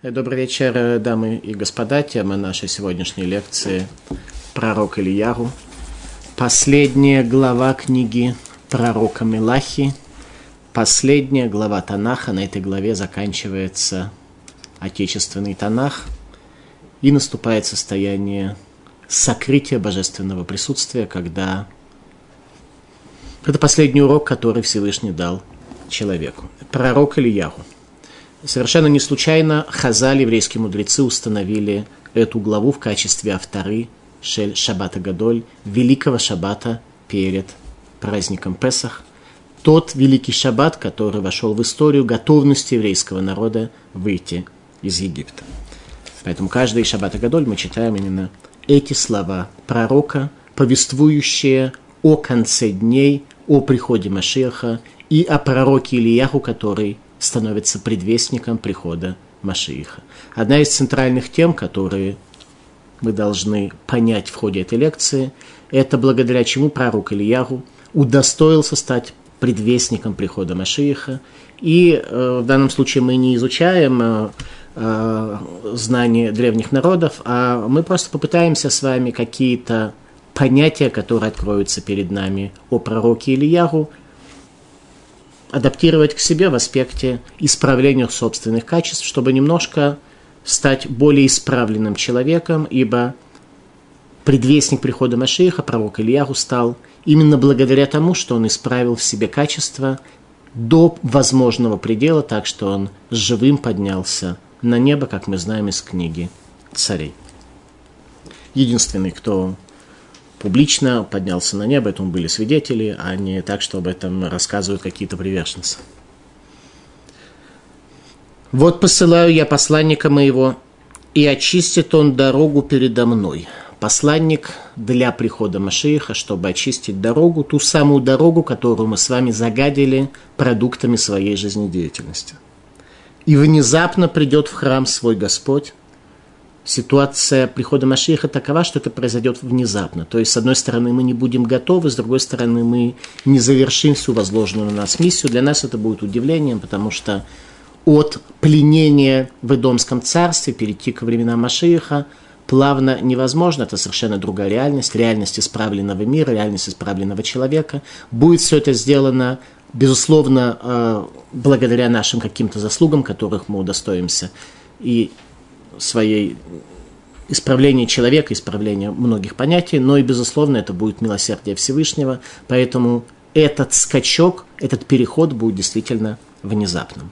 Добрый вечер, дамы и господа. Тема нашей сегодняшней лекции – пророк Ильягу. Последняя глава книги пророка Милахи. Последняя глава Танаха. На этой главе заканчивается отечественный Танах. И наступает состояние сокрытия божественного присутствия, когда это последний урок, который Всевышний дал человеку. Пророк Ильягу. Совершенно не случайно Хазаль, еврейские мудрецы, установили эту главу в качестве авторы Шель Шаббата Гадоль, великого шаббата перед праздником Песах. Тот великий шаббат, который вошел в историю готовности еврейского народа выйти из Египта. Поэтому каждый Шаббат Гадоль мы читаем именно эти слова пророка, повествующие о конце дней, о приходе Машиаха и о пророке Ильяху, который становится предвестником прихода Машиаха. Одна из центральных тем, которые мы должны понять в ходе этой лекции, это благодаря чему пророк Ильяху удостоился стать предвестником прихода Машиаха. И в данном случае мы не изучаем знания древних народов, а мы просто попытаемся с вами какие-то понятия, которые откроются перед нами о пророке Ильягу, адаптировать к себе в аспекте исправления собственных качеств, чтобы немножко стать более исправленным человеком, ибо предвестник прихода Машиаха, пророк Ильягу, стал именно благодаря тому, что он исправил в себе качества до возможного предела, так что он живым поднялся на небо, как мы знаем из книги Царей. Единственный, кто публично поднялся на небо, этому были свидетели, а не так, что об этом рассказывают какие-то приверженцы. «Вот посылаю я посланника моего, и очистит он дорогу передо мной». Посланник для прихода Машиаха, чтобы очистить дорогу, ту самую дорогу, которую мы с вами загадили продуктами своей жизнедеятельности. «И внезапно придет в храм свой Господь». Ситуация прихода Машиаха такова, что это произойдет внезапно. То есть, с одной стороны, мы не будем готовы, с другой стороны, мы не завершим всю возложенную на нас миссию. Для нас это будет удивлением, потому что от пленения в Эдомском царстве перейти ко временам Машиаха плавно невозможно. Это совершенно другая реальность. Реальность исправленного мира, реальность исправленного человека. Будет все это сделано, безусловно, благодаря нашим каким-то заслугам, которых мы удостоимся, и своей исправления человека, исправления многих понятий, но и, безусловно, это будет милосердие Всевышнего, поэтому этот скачок, этот переход будет действительно внезапным.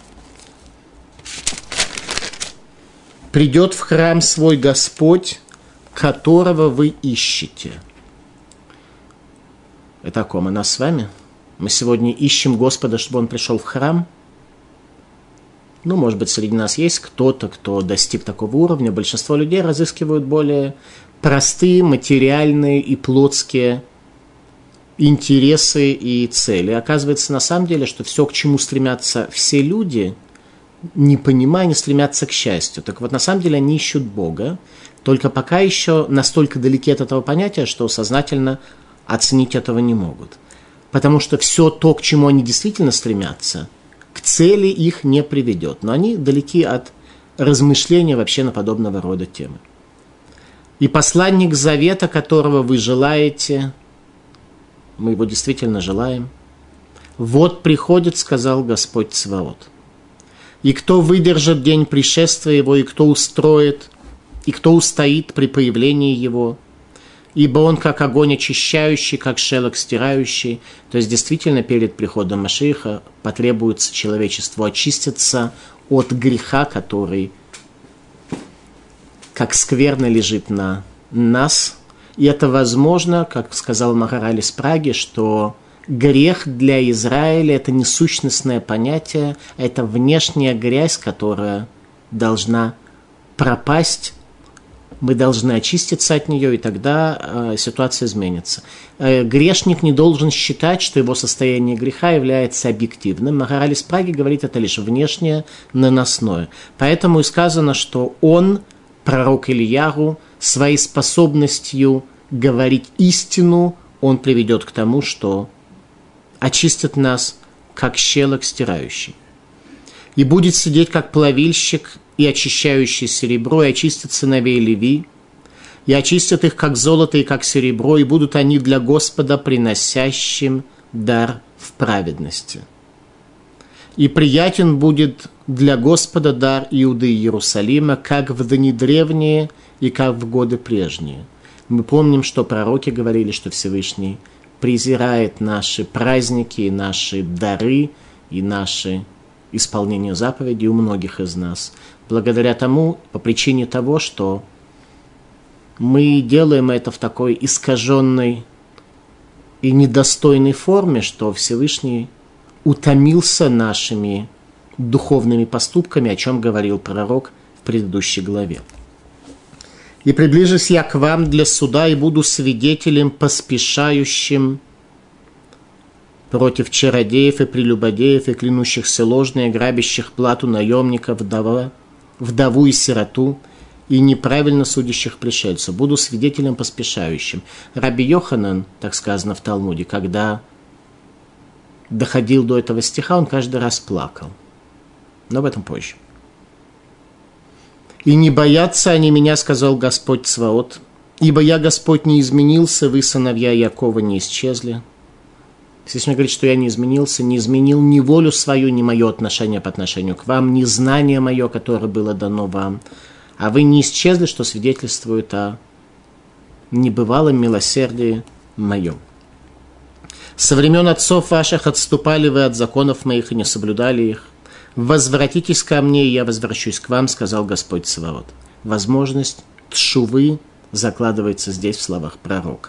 «Придет в храм свой Господь, которого вы ищете». Это о ком? О нас с вами? Мы сегодня ищем Господа, чтобы Он пришел в храм? Ну, может быть, среди нас есть кто-то, кто достиг такого уровня. Большинство людей разыскивают более простые, материальные и плотские интересы и цели. Оказывается, на самом деле, что все, к чему стремятся все люди, не понимая, не стремятся к счастью. Так вот, на самом деле, они ищут Бога, только пока еще настолько далеки от этого понятия, что сознательно оценить этого не могут. Потому что все то, к чему они действительно стремятся, к цели их не приведет. Но они далеки от размышления вообще на подобного рода темы. «И посланник завета, которого вы желаете», мы его действительно желаем, «вот приходит, сказал Господь Цваот. И кто выдержит день пришествия его, и кто устроит, и кто устоит при появлении его, ибо он как огонь очищающий, как шелок стирающий». То есть, действительно, перед приходом Машиаха потребуется человечеству очиститься от греха, который как скверно лежит на нас. И это возможно, как сказал Махараль из Праги, что грех для Израиля – это не сущностное понятие, а это внешняя грязь, которая должна пропасть. Мы должны очиститься от нее, и тогда ситуация изменится. Грешник не должен считать, что его состояние греха является объективным. Махараль из Праги говорит, это лишь внешнее, наносное. Поэтому и сказано, что он, пророк Ильягу, своей способностью говорить истину, он приведет к тому, что очистит нас, как щелок стирающий. И будет сидеть, как плавильщик, и очищающий серебро, и очистит сыновей Леви, и очистят их, как золото и как серебро, и будут они для Господа приносящим дар в праведности. И приятен будет для Господа дар Иуды и Иерусалима, как в дни древние и как в годы прежние. Мы помним, что пророки говорили, что Всевышний презирает наши праздники, и наши дары, и наши исполнения заповедей у многих из нас. Благодаря тому, по причине того, что мы делаем это в такой искаженной и недостойной форме, что Всевышний утомился нашими духовными поступками, о чем говорил пророк в предыдущей главе. «И приближусь я к вам для суда, и буду свидетелем, поспешающим против чародеев и прелюбодеев, и клянущихся ложно, и грабящих плату наемника, вдову и сироту, и неправильно судящих пришельцев. Буду свидетелем поспешающим». Раби Йоханан, так сказано в Талмуде, когда доходил до этого стиха, он каждый раз плакал. Но об этом позже. «И не боятся они меня, сказал Господь Цваот, ибо я, Господь, не изменился, вы, сыновья Якова, не исчезли». Всевышний говорит, что я не изменился, не изменил ни волю свою, ни мое отношение по отношению к вам, ни знание мое, которое было дано вам. А вы не исчезли, что свидетельствует о небывалом милосердии моем. «Со времен отцов ваших отступали вы от законов моих и не соблюдали их. Возвратитесь ко мне, и я возвращусь к вам, сказал Господь Цваот». Возможность тшувы закладывается здесь в словах пророка.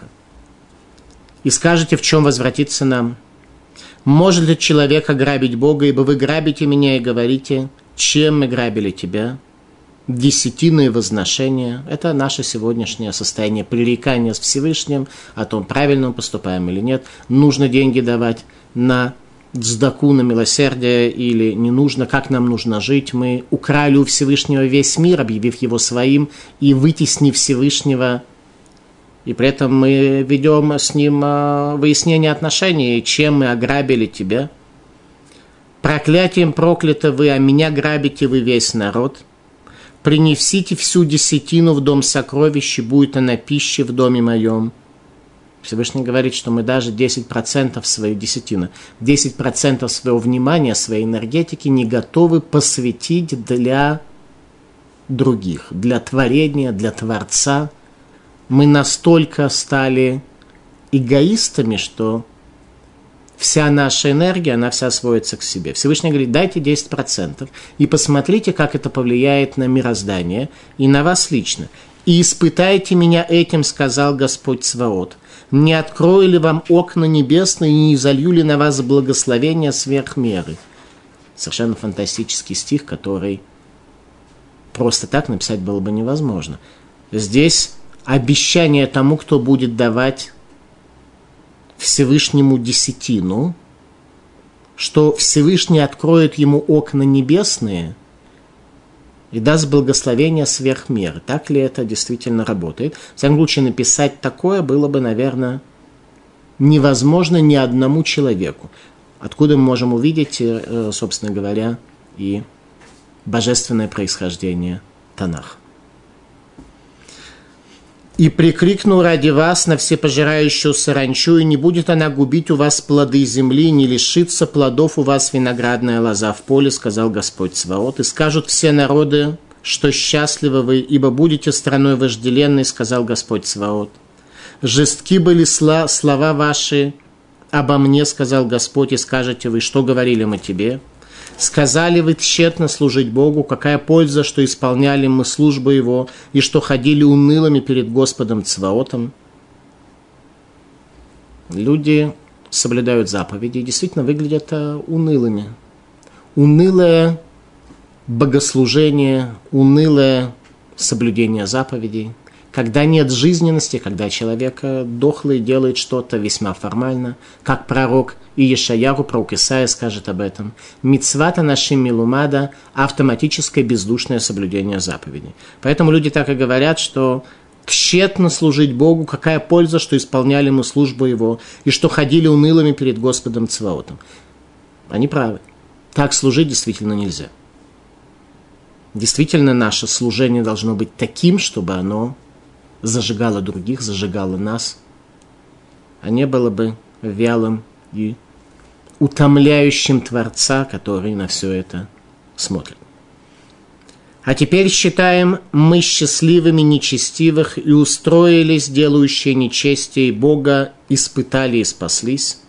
«И скажете, в чем возвратиться нам? Может ли человек ограбить Бога, ибо вы грабите меня и говорите, чем мы грабили тебя?» Десятины и возношения – это наше сегодняшнее состояние пререкания с Всевышним о том, правильно мы поступаем или нет. Нужно деньги давать на цдаку, на милосердие или не нужно, как нам нужно жить. Мы украли у Всевышнего весь мир, объявив его своим и вытеснив Всевышнего. И при этом мы ведем с ним выяснение отношений, чем мы ограбили тебя. «Проклятием прокляты вы, а меня грабите вы весь народ. Принесите всю десятину в дом сокровищ, и будет она пищей в доме моем». Всевышний говорит, что мы даже 10% своей десятины, 10% своего внимания, своей энергетики не готовы посвятить для других, для творения, для Творца. Мы настолько стали эгоистами, что вся наша энергия, она вся сводится к себе. Всевышний говорит, дайте 10% и посмотрите, как это повлияет на мироздание и на вас лично. «И испытайте меня этим, сказал Господь Цваот. Не открою ли вам окна небесные и не изолью ли на вас благословения сверх меры?» Совершенно фантастический стих, который просто так написать было бы невозможно. Здесь обещание тому, кто будет давать Всевышнему десятину, что Всевышний откроет ему окна небесные и даст благословение сверх меры. Так ли это действительно работает? В всяком случае, написать такое было бы, наверное, невозможно ни одному человеку. Откуда мы можем увидеть, собственно говоря, и божественное происхождение Танаха. «И прикрикну ради вас на всепожирающую саранчу, и не будет она губить у вас плоды земли, не лишится плодов у вас виноградная лоза в поле, сказал Господь Цваот. И скажут все народы, что счастливы вы, ибо будете страной вожделенной, сказал Господь Цваот. Жестки были слова ваши обо мне, сказал Господь, и скажете вы, что говорили мы тебе? Сказали вы тщетно служить Богу, какая польза, что исполняли мы службу Его, и что ходили унылыми перед Господом Цваотом». Люди соблюдают заповеди и действительно выглядят унылыми. Унылое богослужение, унылое соблюдение заповедей. Когда нет жизненности, когда человек дохлый делает что-то весьма формально, как пророк Иешаяху, пророк Исаия скажет об этом. Мицвата нашим милумада – автоматическое бездушное соблюдение заповедей. Поэтому люди так и говорят, что тщетно служить Богу, какая польза, что исполняли мы службу Его, и что ходили унылыми перед Господом Цваотом. Они правы. Так служить действительно нельзя. Действительно, наше служение должно быть таким, чтобы оно зажигало других, зажигало нас, а не было бы вялым и утомляющим Творца, который на все это смотрит. А теперь считаем мы счастливыми нечестивых и устроились, делающие нечестие Бога, испытали и спаслись.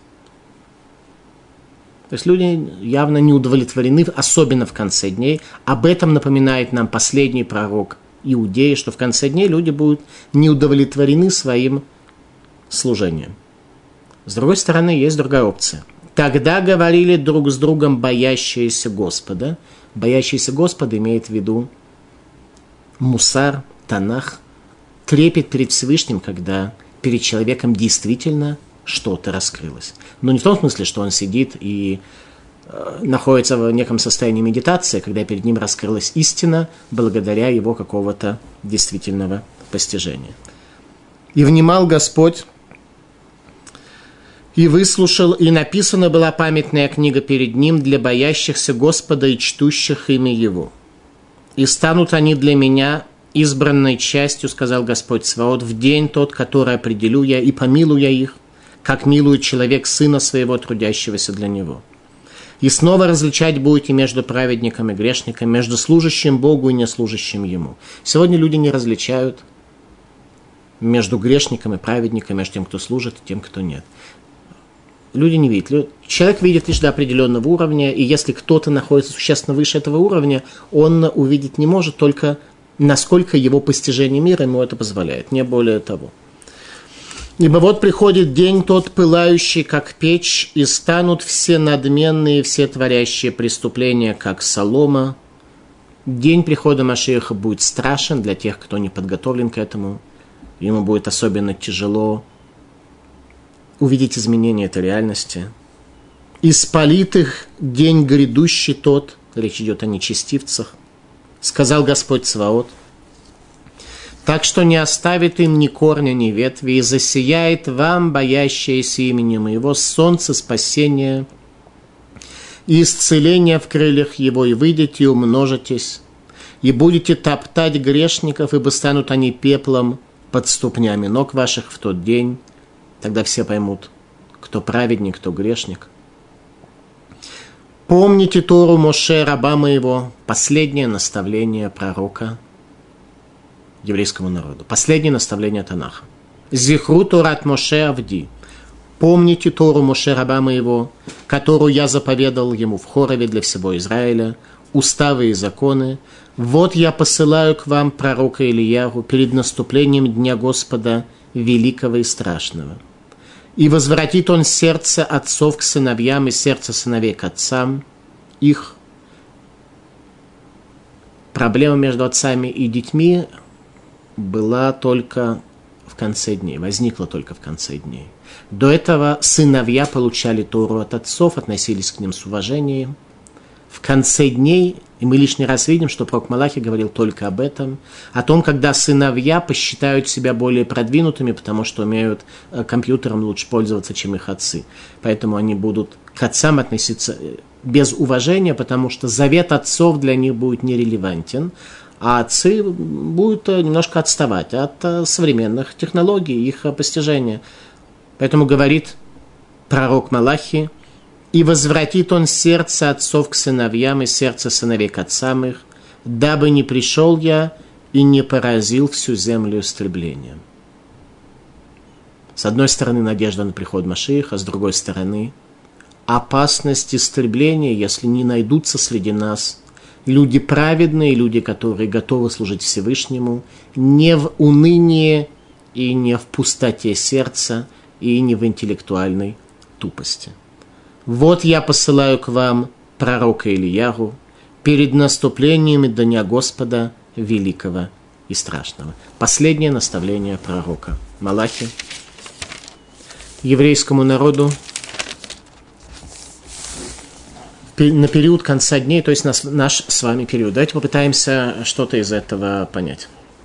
То есть люди явно не удовлетворены, особенно в конце дней. Об этом напоминает нам последний пророк Иудеи, что в конце дней люди будут не удовлетворены своим служением. С другой стороны, есть другая опция. Тогда говорили друг с другом боящиеся Господа. Боящийся Господа имеет в виду мусар, танах, трепет перед Всевышним, когда перед человеком действительно что-то раскрылось. Но не в том смысле, что он сидит и находится в неком состоянии медитации, когда перед ним раскрылась истина благодаря его какого-то действительного постижения. «И внимал Господь, и выслушал, и написана была памятная книга перед ним для боящихся Господа и чтущих имя Его. И станут они для меня избранной частью, сказал Господь Цваот, в день тот, который определю я, и помилую я их, как милует человек сына своего, трудящегося для него. И снова различать будете между праведником и грешником, между служащим Богу и неслужащим Ему». Сегодня люди не различают между грешником и праведником, между тем, кто служит, и тем, кто нет. Люди не видят. Человек видит лишь до определенного уровня, и если кто-то находится существенно выше этого уровня, он увидеть не может только насколько его постижение мира ему это позволяет, не более того. «Ибо вот приходит день тот, пылающий, как печь, и станут все надменные, все творящие преступления, как солома. День прихода Машиаха будет страшен для тех, кто не подготовлен к этому. Ему будет особенно тяжело увидеть изменения этой реальности. И спалит их день грядущий тот», речь идет о нечестивцах, сказал Господь Цваот, «так что не оставит им ни корня, ни ветви, и засияет вам, боящиеся именем Его, солнце спасения и исцеления в крыльях Его, и выйдете и умножитесь, и будете топтать грешников, ибо станут они пеплом под ступнями ног ваших в тот день». Тогда все поймут, кто праведник, кто грешник. «Помните Тору Моше, раба моего», последнее наставление пророка еврейскому народу, последнее наставление Танаха. «Зихру Торат Моше Авди», помните Тору Моше, раба моего, которую я заповедал ему в Хорове для всего Израиля, уставы и законы. Вот я посылаю к вам пророка Илияху перед наступлением Дня Господа великого и страшного. И возвратит он сердце отцов к сыновьям и сердце сыновей к отцам их». Проблема между отцами и детьми была только в конце дней, возникла только в конце дней. До этого сыновья получали Тору от отцов, относились к ним с уважением. В конце дней, и мы лишний раз видим, что пророк Малахи говорил только об этом, о том, когда сыновья посчитают себя более продвинутыми, потому что умеют компьютером лучше пользоваться, чем их отцы. Поэтому они будут к отцам относиться без уважения, потому что завет отцов для них будет нерелевантен, а отцы будут немножко отставать от современных технологий, их постижения. Поэтому говорит пророк Малахи: «И возвратит он сердце отцов к сыновьям и сердце сыновей к отцам их, дабы не пришел я и не поразил всю землю истреблением». С одной стороны, надежда на приход Машиаха, с другой стороны, опасность истребления, если не найдутся среди нас люди праведные, люди, которые готовы служить Всевышнему, не в унынии и не в пустоте сердца, и не в интеллектуальной тупости. «Вот я посылаю к вам пророка Илияху перед наступлением Дня Господа великого и страшного». Последнее наставление пророка Малахи еврейскому народу на период конца дней, то есть наш с вами период. Давайте попытаемся что-то из этого понять.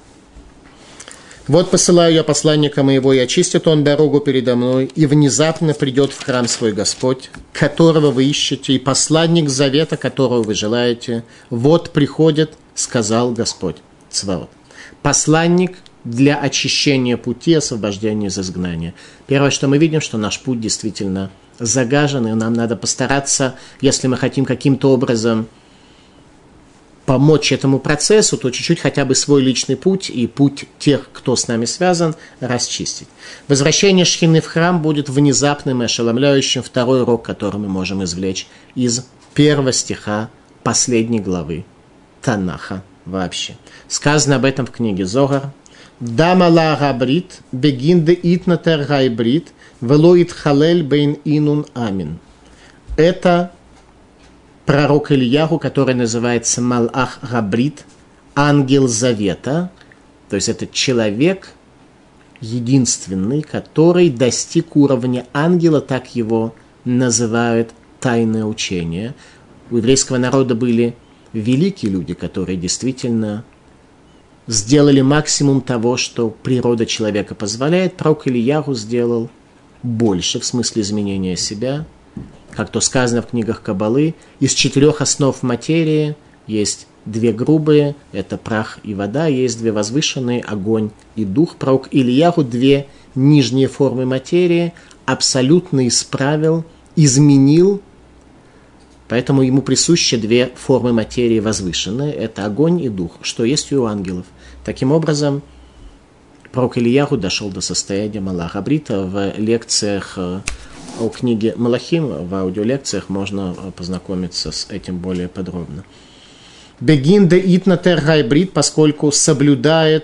«Вот посылаю я посланника моего, и очистит он дорогу передо мной, и внезапно придет в храм свой Господь, которого вы ищете, и посланник завета, которого вы желаете. Вот приходит сказал Господь Цваот. Посланник для очищения пути, освобождения из изгнания. Первое, что мы видим, что наш путь действительно загажен, и нам надо постараться, если мы хотим каким-то образом помочь этому процессу, то чуть-чуть хотя бы свой личный путь и путь тех, кто с нами связан, расчистить. Возвращение Шхины в храм будет внезапным и ошеломляющим. Второй урок, который мы можем извлечь из первого стиха последней главы Танаха вообще. Сказано об этом в книге Зогар. «Дамала габрит, бегинде итнатер гайбрит, велоит халель бейн инун амин». Это пророк Ильяху, который называется Малах Габрит, ангел завета, то есть это человек единственный, который достиг уровня ангела, так его называют тайное учение. У еврейского народа были великие люди, которые действительно сделали максимум того, что природа человека позволяет. Пророк Ильяху сделал больше в смысле изменения себя. Как то сказано в книгах Каббалы, из 4 основ материи есть 2 грубые, это прах и вода, есть 2 возвышенные, огонь и дух. Пророк Ильяху 2 нижние формы материи абсолютно исправил, изменил, поэтому ему присущи 2 формы материи возвышенные, это огонь и дух, что есть у ангелов. Таким образом, пророк Ильяху дошел до состояния Малаха Брита. В лекциях о книге Малахим, в аудиолекциях можно познакомиться с этим более подробно. Бегин де итнатер гайбрит, поскольку соблюдал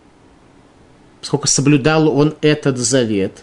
он этот завет,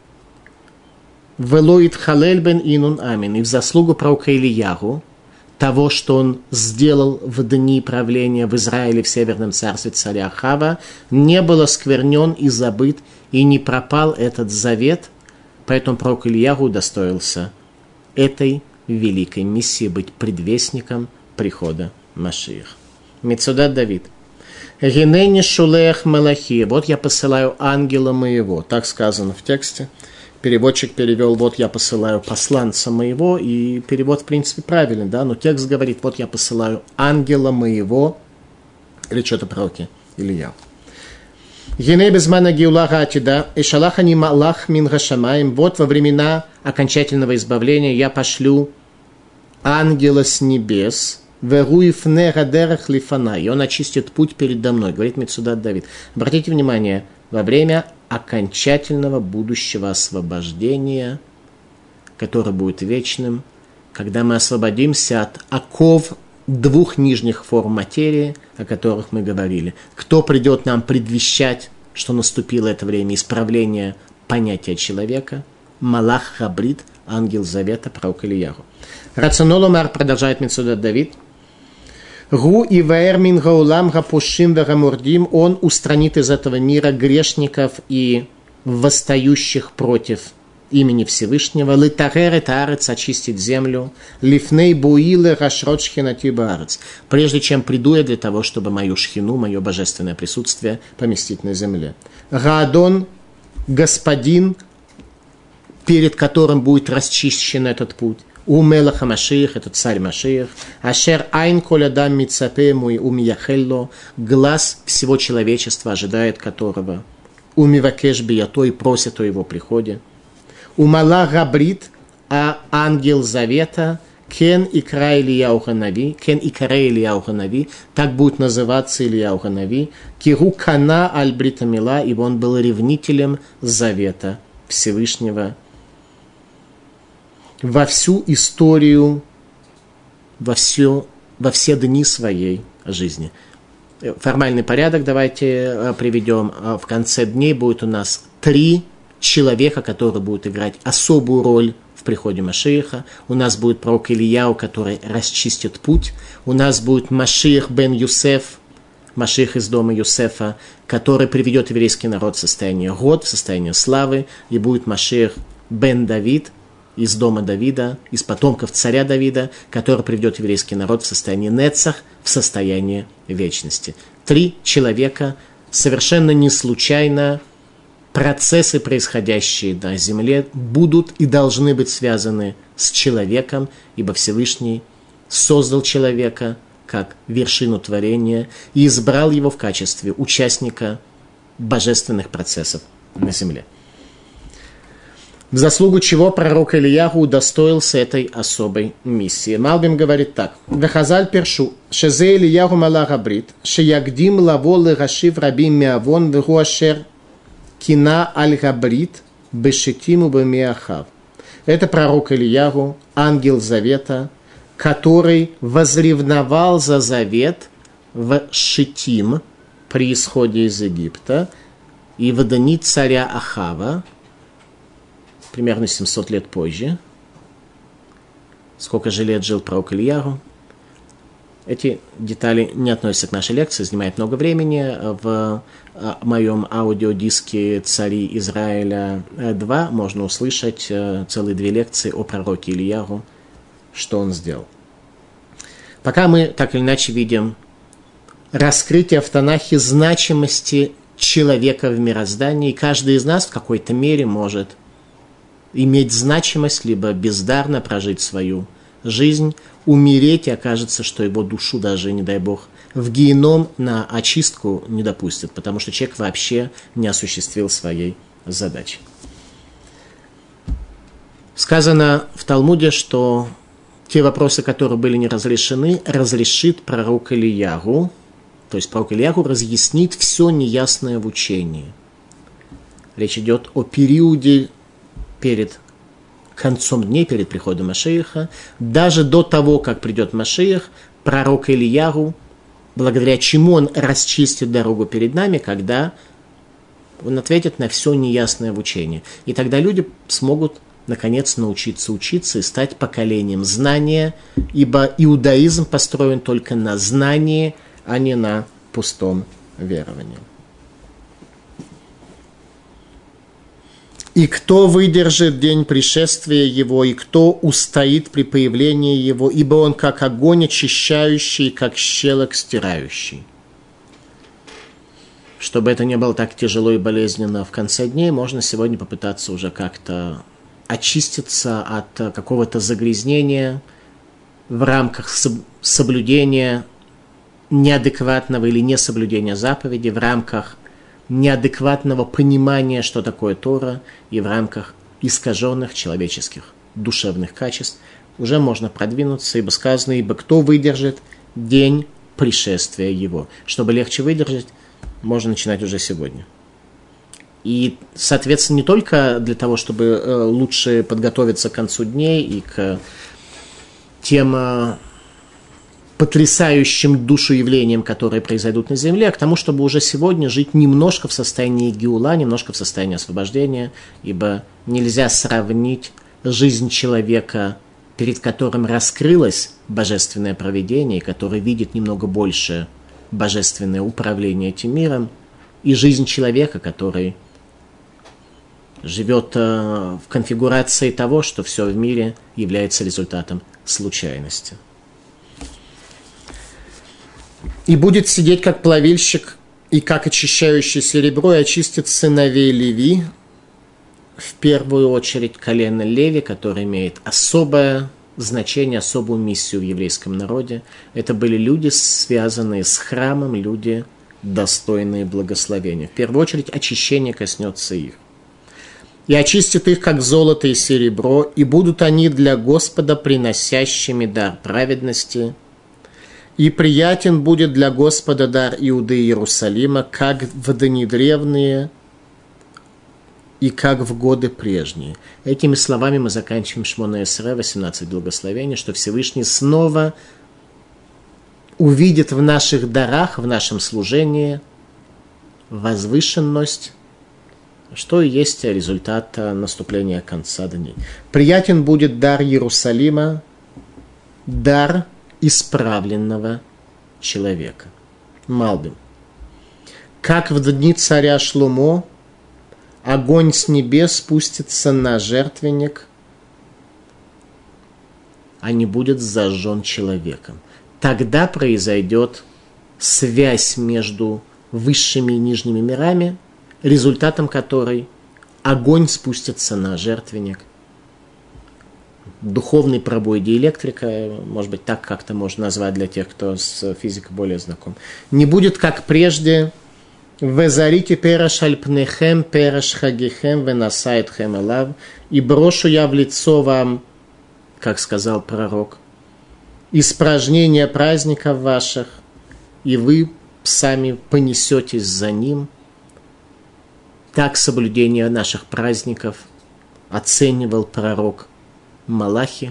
велоит халель бен инун амин, и в заслугу пророка Ильяху, того, что он сделал в дни правления в Израиле в Северном царстве царя Ахава, не был осквернен и забыт, и не пропал этот завет. Поэтому пророк Ильяху удостоился этой великой миссии быть предвестником прихода Машиах. Мецудат Давид. «Гинени шулех малахи». Вот я посылаю ангела моего. Так сказано в тексте. Переводчик перевел: вот я посылаю посланца моего. И перевод, в принципе, правильный, да? Но текст говорит: вот я посылаю ангела моего. Речь идет о пророке Ильяху. Геней безмана геулаха атида, и шалахани малах мин гашамаим. Вот во времена окончательного избавления я пошлю ангела с небес, веруифне гадерах лифана, и он очистит путь передо мной, говорит Мецудат Давид. Обратите внимание, во время окончательного будущего освобождения, которое будет вечным, когда мы освободимся от оков 2 нижних форм материи, о которых мы говорили. Кто придет нам предвещать, что наступило это время исправления понятия человека? Малах Хабрит, ангел завета, пророк Ильяху. Рационоломар, продолжает Мецудат Давид. Гу и ваэр мин гаулам гапушим вегамурдим, он устранит из этого мира грешников и восстающих против имени Всевышнего. Литарер таарец, очистить землю. Лифней буиле рашрот шхинати баарец, прежде чем приду я для того, чтобы мою шхину, мое божественное присутствие поместить на земле. Гаадон, господин, перед которым будет расчищен этот путь. У Мелаха Машиах, это царь Машиах. Ашер айн колядам мицапе муй умияхелло, глаз всего человечества ожидает которого. Умивакеш бията, и просит о его приходе. У Малах Габрит, а ангел завета, кен и край Ильяху ханави, кен и каре Ильяху ханави, так будет называться Ильяху ханави, киру кана аль брита мила, ибо он был ревнителем завета Всевышнего во всю историю, во все дни своей жизни. Формальный порядок давайте приведем. В конце дней будет у нас 3 человека, которые будут играть особую роль в приходе Машиаха. У нас будет пророк Ильяу, который расчистит путь. У нас будет Машиах бен Юсеф, Машиах из дома Юсефа, который приведет еврейский народ в состояние год, в состояние славы. И будет Машиах бен Давид, из дома Давида, из потомков царя Давида, который приведет еврейский народ в состояние Нецах, в состояние вечности. 3 человека, совершенно не случайно процессы, происходящие на земле, будут и должны быть связаны с человеком, ибо Всевышний создал человека как вершину творения и избрал его в качестве участника божественных процессов на земле. В заслугу чего пророк Ильяху удостоился этой особой миссии. Малбим говорит так. «Вехазаль першу, шезе Ильяху малах абрит, шеягдим лаво лерашив рабим миавон вегуашер кина аль-габрит бешетиму бемиахав». Это пророк Ильяху, ангел завета, который возревновал за завет в Шитим при исходе из Египта и в дни царя Ахава, примерно 700 лет позже. Сколько же лет жил пророк Ильяху? Эти детали не относятся к нашей лекции, занимает много времени. В моем аудиодиске «Цари Израиля 2» можно услышать целые 2 лекции о пророке Ильяху, что он сделал. Пока мы так или иначе видим раскрытие в Танахе значимости человека в мироздании, и каждый из нас в какой-то мере может иметь значимость, либо бездарно прожить свою жизнь, умереть, и окажется, что его душу даже, не дай Бог, в геном на очистку не допустят, потому что человек вообще не осуществил своей задачи. Сказано в Талмуде, что те вопросы, которые были не разрешены, разрешит пророк Ильяху, то есть пророк Ильяху разъяснит все неясное в учении. Речь идет о периоде перед концом дней, перед приходом Машиаха, даже до того, как придет Машиах, пророк Ильяху, благодаря чему он расчистит дорогу перед нами, когда он ответит на все неясное в учении. И тогда люди смогут, наконец, научиться учиться и стать поколением знания, ибо иудаизм построен только на знании, а не на пустом веровании. И кто выдержит день пришествия его, и кто устоит при появлении его, ибо он как огонь очищающий, как щелок стирающий. Чтобы это не было так тяжело и болезненно в конце дней, можно сегодня попытаться уже как-то очиститься от какого-то загрязнения в рамках соблюдения неадекватного или несоблюдения заповеди, в рамках неадекватного понимания, что такое Тора, и в рамках искаженных человеческих душевных качеств уже можно продвинуться, ибо сказано, ибо кто выдержит день пришествия его. Чтобы легче выдержать, можно начинать уже сегодня. И, соответственно, не только для того, чтобы лучше подготовиться к концу дней и к тем потрясающим душу явлениям, которые произойдут на земле, а к тому, чтобы уже сегодня жить немножко в состоянии геула, немножко в состоянии освобождения, ибо нельзя сравнить жизнь человека, перед которым раскрылось божественное провидение, который видит немного больше божественное управление этим миром, и жизнь человека, который живет в конфигурации того, что все в мире является результатом случайности. И будет сидеть как плавильщик и как очищающий серебро, и очистит сыновей Леви, в первую очередь колено Леви, которое имеет особое значение, особую миссию в еврейском народе. Это были люди, связанные с храмом, люди, достойные благословения. В первую очередь очищение коснется их. И очистит их, как золото и серебро, и будут они для Господа приносящими дар праведности. И приятен будет для Господа дар Иуды и Иерусалима, как в дни древние и как в годы прежние. Этими словами мы заканчиваем Шмона Эсре, 18 благословений, что Всевышний снова увидит в наших дарах, в нашем служении возвышенность, что и есть результат наступления конца дней. Приятен будет дар Иерусалима, дар исправленного человека. Малбим. Как в дни царя Шломо огонь с небес спустится на жертвенник, а не будет зажжен человеком. Тогда произойдет связь между высшими и нижними мирами, результатом которой огонь спустится на жертвенник. духовный пробой диэлектрика, может быть, так как-то можно назвать для тех, кто с физикой более знаком. Не будет, как прежде, «Везарите пераш альпнехем, пераш хагихем, венасайтхем элав», «И брошу я в лицо вам», как сказал пророк, «испражнения праздников ваших, и вы сами понесетесь за ним». Так соблюдение наших праздников оценивал пророк Малахи.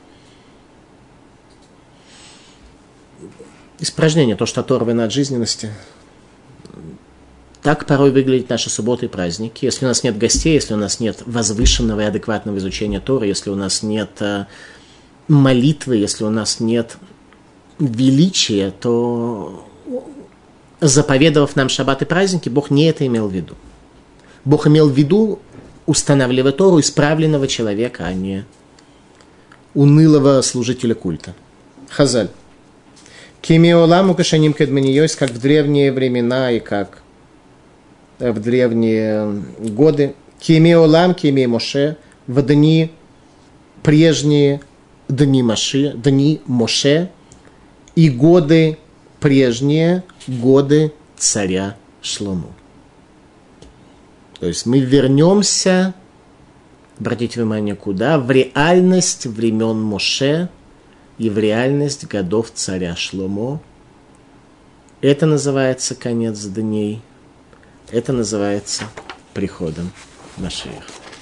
Испражнение, то, что оторвано от жизненности. Так порой выглядят наши субботы и праздники. Если у нас нет гостей, если у нас нет возвышенного и адекватного изучения Торы, если у нас нет молитвы, если у нас нет величия, то, заповедовав нам шаббат и праздники, Бог не это имел в виду. Бог имел в виду, устанавливая Тору, исправленного человека, а не унылого служителя культа. Хазаль. Кимиоламу кашаним кедманиёйс, как в древние времена и как в древние годы. Кимиолам, кими Моше, в дни прежние, дни Моше, и годы прежние, годы царя Шлому. То есть мы вернемся, обратите внимание, куда? В реальность времен Моше и в реальность годов царя Шломо. Это называется конец дней. Это называется приходом Машиаха.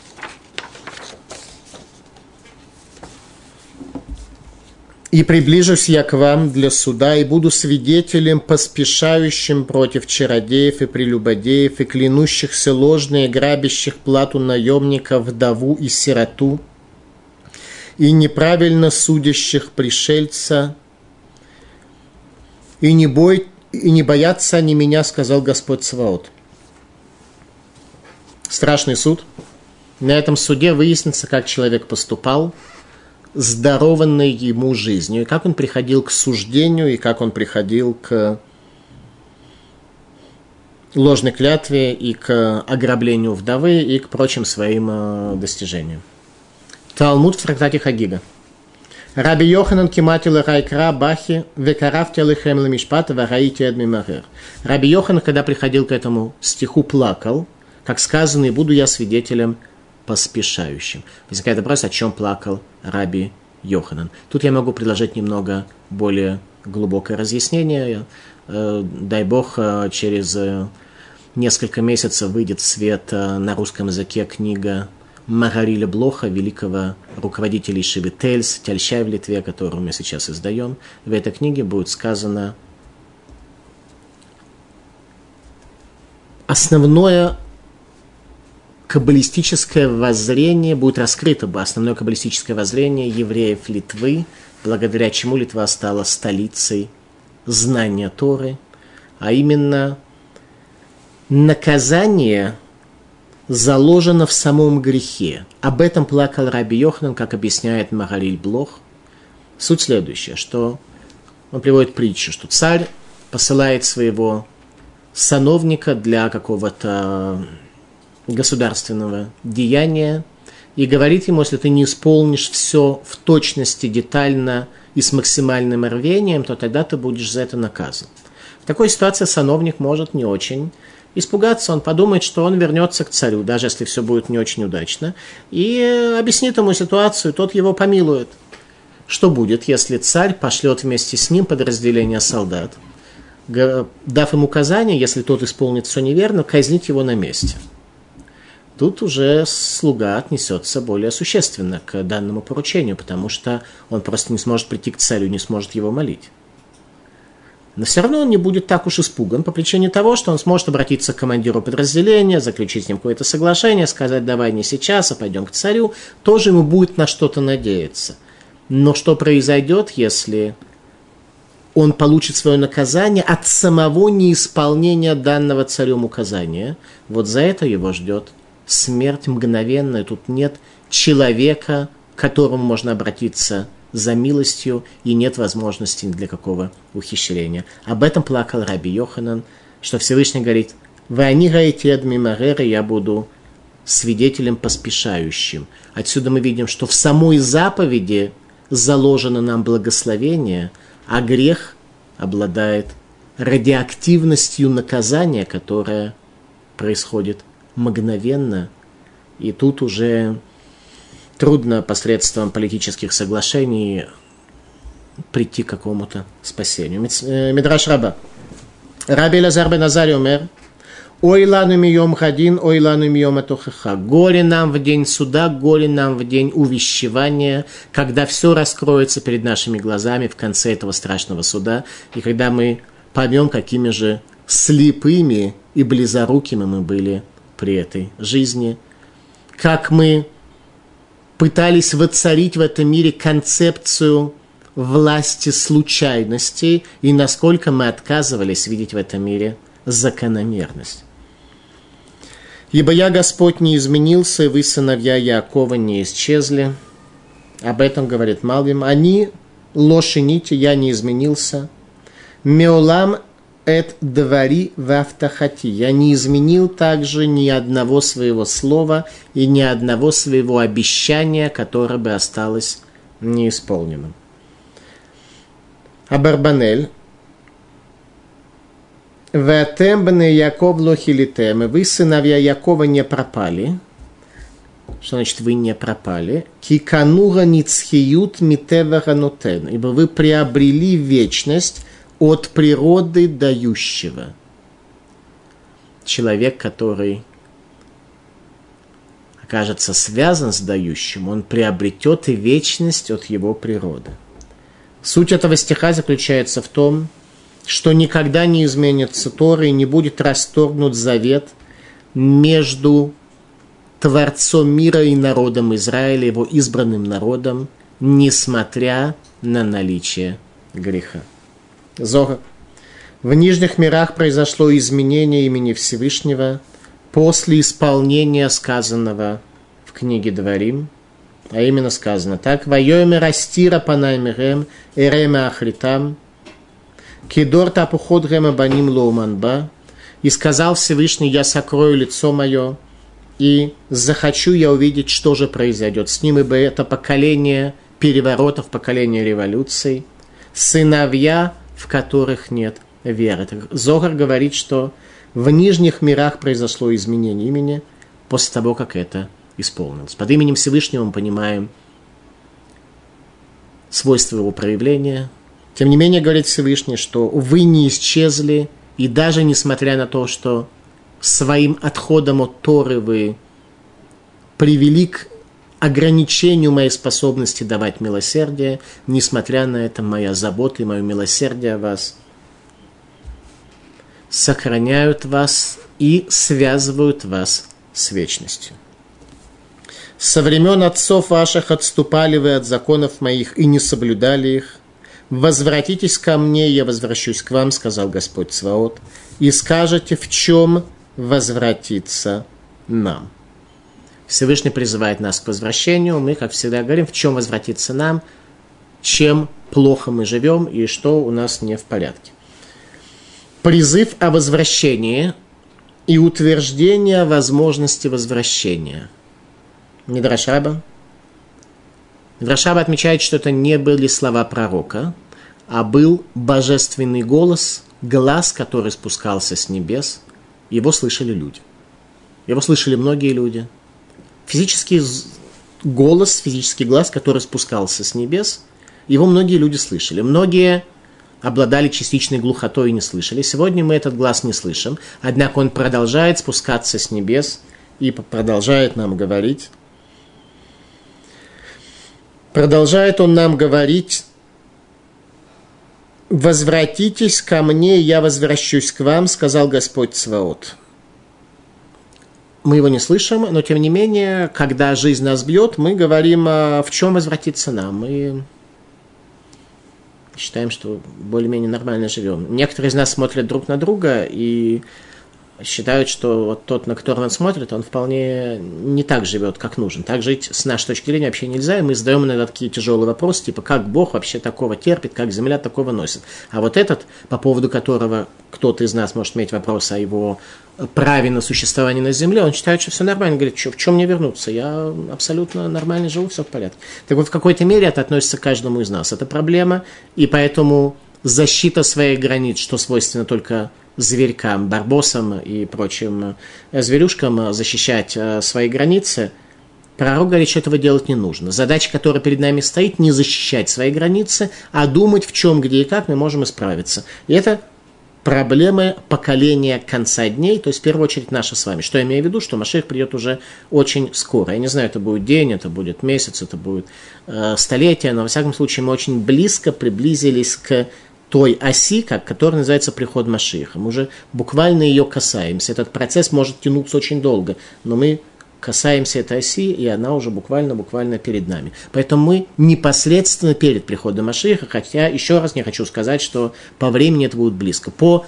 «И приближусь я к вам для суда, и буду свидетелем, поспешающим против чародеев и прелюбодеев, и клянущихся ложно, и грабящих плату наемника, вдову и сироту, и неправильно судящих пришельца, и не боятся они меня, сказал Господь Цваот». Страшный суд. На этом суде выяснится, как человек поступал с дарованной ему жизнью, и как он приходил к суждению, и как он приходил к ложной клятве, и к ограблению вдовы, и к прочим своим достижениям. Талмуд в трактате Хагига. Раби Йоханан киматил райкра бахи векарафти алейхем ламишпат вараити адмимахер. Раби Йоханан, когда приходил к этому стиху, плакал, как сказано, и буду я свидетелем поспешающим. Возникает вопрос, о чем плакал Раби Йоханан. Тут я могу предложить немного более глубокое разъяснение. Дай Бог, через несколько месяцев выйдет в свет на русском языке книга Магариля Блоха, великого руководителя Ешивы Тельс, Тяльщай в Литве, которую мы сейчас издаем. В этой книге будет сказано основное каббалистическое воззрение, будет раскрыто основное каббалистическое воззрение евреев Литвы, благодаря чему Литва стала столицей знания Торы, а именно наказание заложено в самом грехе. Об этом плакал Раби Йоханан, как объясняет Магариль Блох. Суть следующая, что он приводит притчу, что царь посылает своего сановника для какого-то государственного деяния и говорит ему, если ты не исполнишь все в точности, детально и с максимальным рвением, то тогда ты будешь за это наказан. В такой ситуации сановник может не очень испугаться, он подумает, что он вернется к царю, даже если все будет не очень удачно, и объяснит ему ситуацию, тот его помилует. Что будет, если царь пошлет вместе с ним подразделение солдат, дав им указание, если тот исполнит все неверно, казнить его на месте? Тут уже слуга отнесется более существенно к данному поручению, потому что он просто не сможет прийти к царю, не сможет его молить. Но все равно он не будет так уж испуган по причине того, что он сможет обратиться к командиру подразделения, заключить с ним какое-то соглашение, сказать, давай не сейчас, а пойдем к царю. Тоже ему будет на что-то надеяться. Но что произойдет, если он получит свое наказание от самого неисполнения данного царем указания? Вот за это его ждет смерть мгновенная. Тут нет человека, к которому можно обратиться за милостью, и нет возможности для какого ухищрения. Об этом плакал Раби Йоханан, что Всевышний говорит: «Вани гаити адми марера», я буду свидетелем поспешающим. Отсюда мы видим, что в самой заповеди заложено нам благословение, а грех обладает радиоактивностью наказания, которое происходит мгновенно. И тут уже трудно посредством политических соглашений прийти к какому-то спасению. Мидраш Раба. Раби Элазар бен Азария умер. Ой лану мием хадин, ой лану мием атохаха. Горе нам в день суда, горе нам в день увещевания, когда все раскроется перед нашими глазами в конце этого страшного суда, и когда мы поймем, какими же слепыми и близорукими мы были при этой жизни, как мы пытались воцарить в этом мире концепцию власти случайностей и насколько мы отказывались видеть в этом мире закономерность. «Ибо я, Господь, не изменился, и вы, сыновья Яакова, не исчезли». Об этом говорит Малбим. «Они лошините, я не изменился. Меолам эт двари вафтахати». Я не изменил также ни одного своего слова и ни одного своего обещания, которое бы осталось неисполненным. Абарбанель. «Ватем бне Яков лохилитем». Вы, сыновья Якова, не пропали. Что значит вы не пропали? «Кикануга ницхиют митева нотен». Ибо вы приобрели вечность от природы дающего. Человек, который окажется связан с дающим, он приобретет и вечность от его природы. Суть этого стиха заключается в том, что никогда не изменится Тора и не будет расторгнут завет между Творцом мира и народом Израиля, его избранным народом, несмотря на наличие греха. Зогар. В нижних мирах произошло изменение имени Всевышнего после исполнения сказанного в книге Дворим, а именно сказано так: «Вайоме растира панаймерем эреме ахритам, кидор тапухот гема баним лоуманба». И сказал Всевышний: «Я сокрою лицо мое, и захочу я увидеть, что же произойдет с ним, ибо это поколение переворотов, поколение революций, сыновья, в которых нет веры». Зогар говорит, что в нижних мирах произошло изменение имени после того, как это исполнилось. Под именем Всевышнего мы понимаем свойства его проявления. Тем не менее, говорит Всевышний, что вы не исчезли, и даже несмотря на то, что своим отходом от Торы вы привели к ограничению моей способности давать милосердие, несмотря на это, моя забота и мое милосердие о вас сохраняют вас и связывают вас с вечностью. Со времен отцов ваших отступали вы от законов моих и не соблюдали их. Возвратитесь ко мне, я возвращусь к вам, сказал Господь Цваот, и скажете, в чем возвратиться нам. Всевышний призывает нас к возвращению. Мы, как всегда, говорим, в чем возвратиться нам, чем плохо мы живем и что у нас не в порядке. Призыв о возвращении и утверждение возможности возвращения. Мидраш Раба. Мидраш Раба отмечает, что это не были слова пророка, а был божественный голос, глас, который спускался с небес. Его слышали люди. Его слышали многие люди. Физический голос, физический глас, который спускался с небес, его многие люди слышали. Многие обладали частичной глухотой и не слышали. Сегодня мы этот глас не слышим, однако он продолжает спускаться с небес и продолжает нам говорить. Продолжает он нам говорить: «Возвратитесь ко мне, я возвращусь к вам, сказал Господь Цваот». Мы его не слышим, но тем не менее, когда жизнь нас бьет, мы говорим, в чем возвратиться нам. Мы считаем, что более-менее нормально живем. Некоторые из нас смотрят друг на друга, и считают, что вот тот, на которого он смотрит, он вполне не так живет, как нужно. Так жить с нашей точки зрения вообще нельзя, и мы задаем иногда такие тяжелые вопросы, типа, как Бог вообще такого терпит, как земля такого носит. А вот этот, по поводу которого кто-то из нас может иметь вопрос о его праве на существование на земле, он считает, что все нормально, говорит, что, в чем мне вернуться, я абсолютно нормально живу, все в порядке. Так вот, в какой-то мере это относится к каждому из нас. Это проблема, и поэтому защита своих границ, что свойственно только зверькам, барбосам и прочим зверюшкам, защищать свои границы, пророк говорит, что этого делать не нужно. Задача, которая перед нами стоит, не защищать свои границы, а думать, в чем, где и как мы можем исправиться. И это проблемы поколения конца дней, то есть в первую очередь наша с вами. Что я имею в виду, что Машиах придет уже очень скоро. Я не знаю, это будет день, это будет месяц, это будет столетие, но во всяком случае мы очень близко приблизились к той оси, которая называется приход Машиаха. Мы уже буквально ее касаемся. Этот процесс может тянуться очень долго, но мы касаемся этой оси, и она уже буквально перед нами. Поэтому мы непосредственно перед приходом Машиаха, хотя еще раз не хочу сказать, что по времени это будет близко. По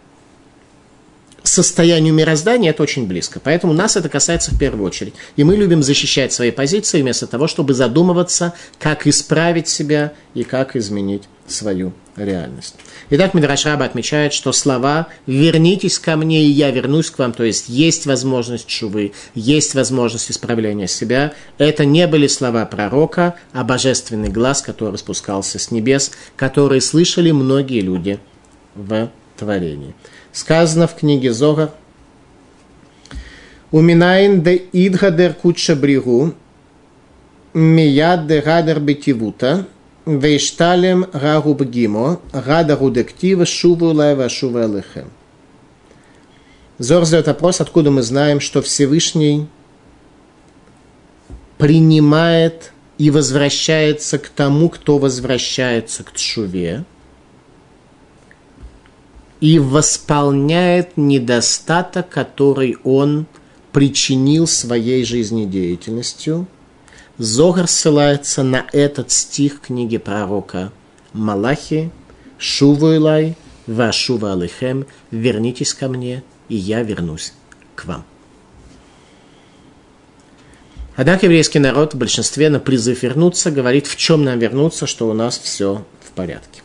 состоянию мироздания это очень близко. Поэтому нас это касается в первую очередь. И мы любим защищать свои позиции вместо того, чтобы задумываться, как исправить себя и как изменить свою реальность. Итак, Мидраш Раба отмечает, что слова «вернитесь ко мне, и я вернусь к вам», то есть возможность тшувы, есть возможность исправления себя. Это не были слова пророка, а божественный глаз, который спускался с небес, который слышали многие люди в творении. Сказано в книге Зогар: «Уминайн де идгадер куча бригу, мияд де гадер бетивута, вейшталем рагу бгимо, гадару дектива, шуву лайва шува лехем». Зор задает вопрос, откуда мы знаем, что Всевышний принимает и возвращается к тому, кто возвращается к тшуве, и восполняет недостаток, который он причинил своей жизнедеятельностью. Зогар ссылается на этот стих книги пророка Малахи: «Шуву илай, вашува алейхем», «Вернитесь ко мне, и я вернусь к вам». Однако еврейский народ в большинстве на призыв вернуться говорит, в чем нам вернуться, что у нас все в порядке.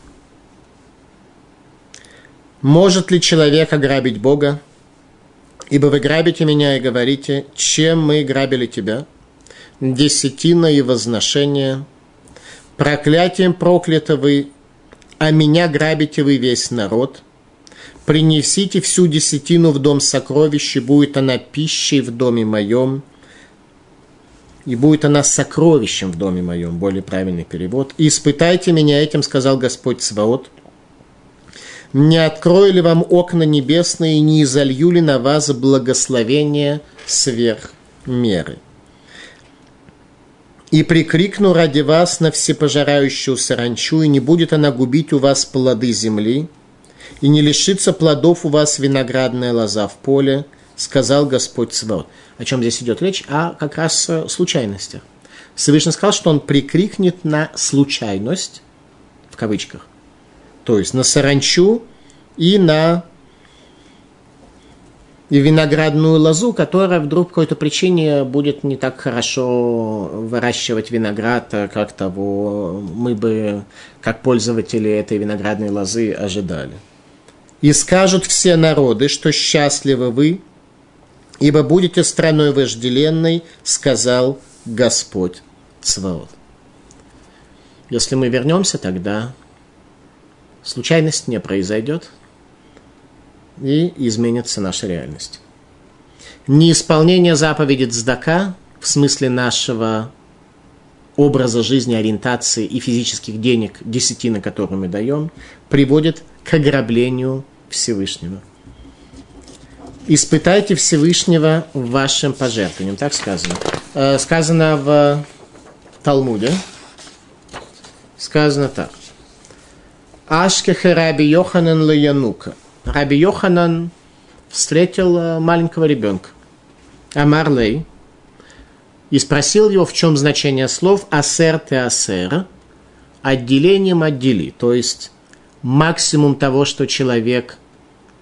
Может ли человек ограбить Бога? Ибо вы грабите меня и говорите, чем мы грабили тебя? Десятина и возношение. Проклятием прокляты вы, а меня грабите вы весь народ. Принесите всю десятину в дом сокровищ, и будет она пищей в доме моем. И будет она сокровищем в доме моем, более правильный перевод. И испытайте меня этим, сказал Господь Цваот. Не открою ли вам окна небесные, и не изолью ли на вас благословение сверх меры? И прикрикну ради вас на всепожирающую саранчу, и не будет она губить у вас плоды земли, и не лишится плодов у вас виноградная лоза в поле, сказал Господь Цваот. О чем здесь идет речь? О как раз случайностях. Всевышний сказал, что он прикрикнет на случайность, в кавычках, то есть на саранчу и на виноградную лозу, которая вдруг по какой-то причине будет не так хорошо выращивать виноград, как того мы бы, как пользователи этой виноградной лозы, ожидали. «И скажут все народы, что счастливы вы, ибо будете страной вожделенной, сказал Господь Цваот». Если мы вернемся, тогда случайность не произойдет, и изменится наша реальность. Неисполнение заповеди цдака, в смысле нашего образа жизни, ориентации и физических денег, десятины, которые мы даем, приводит к ограблению Всевышнего. Испытайте Всевышнего вашим пожертвованием. Так сказано. Сказано в Талмуде. Сказано так. Ашкехе Раби Йоханан леянука. Раби Йоханан встретил маленького ребенка. Амар лей. И спросил его, в чем значение слов асер те асер. Отделением отдели. То есть максимум того, что человек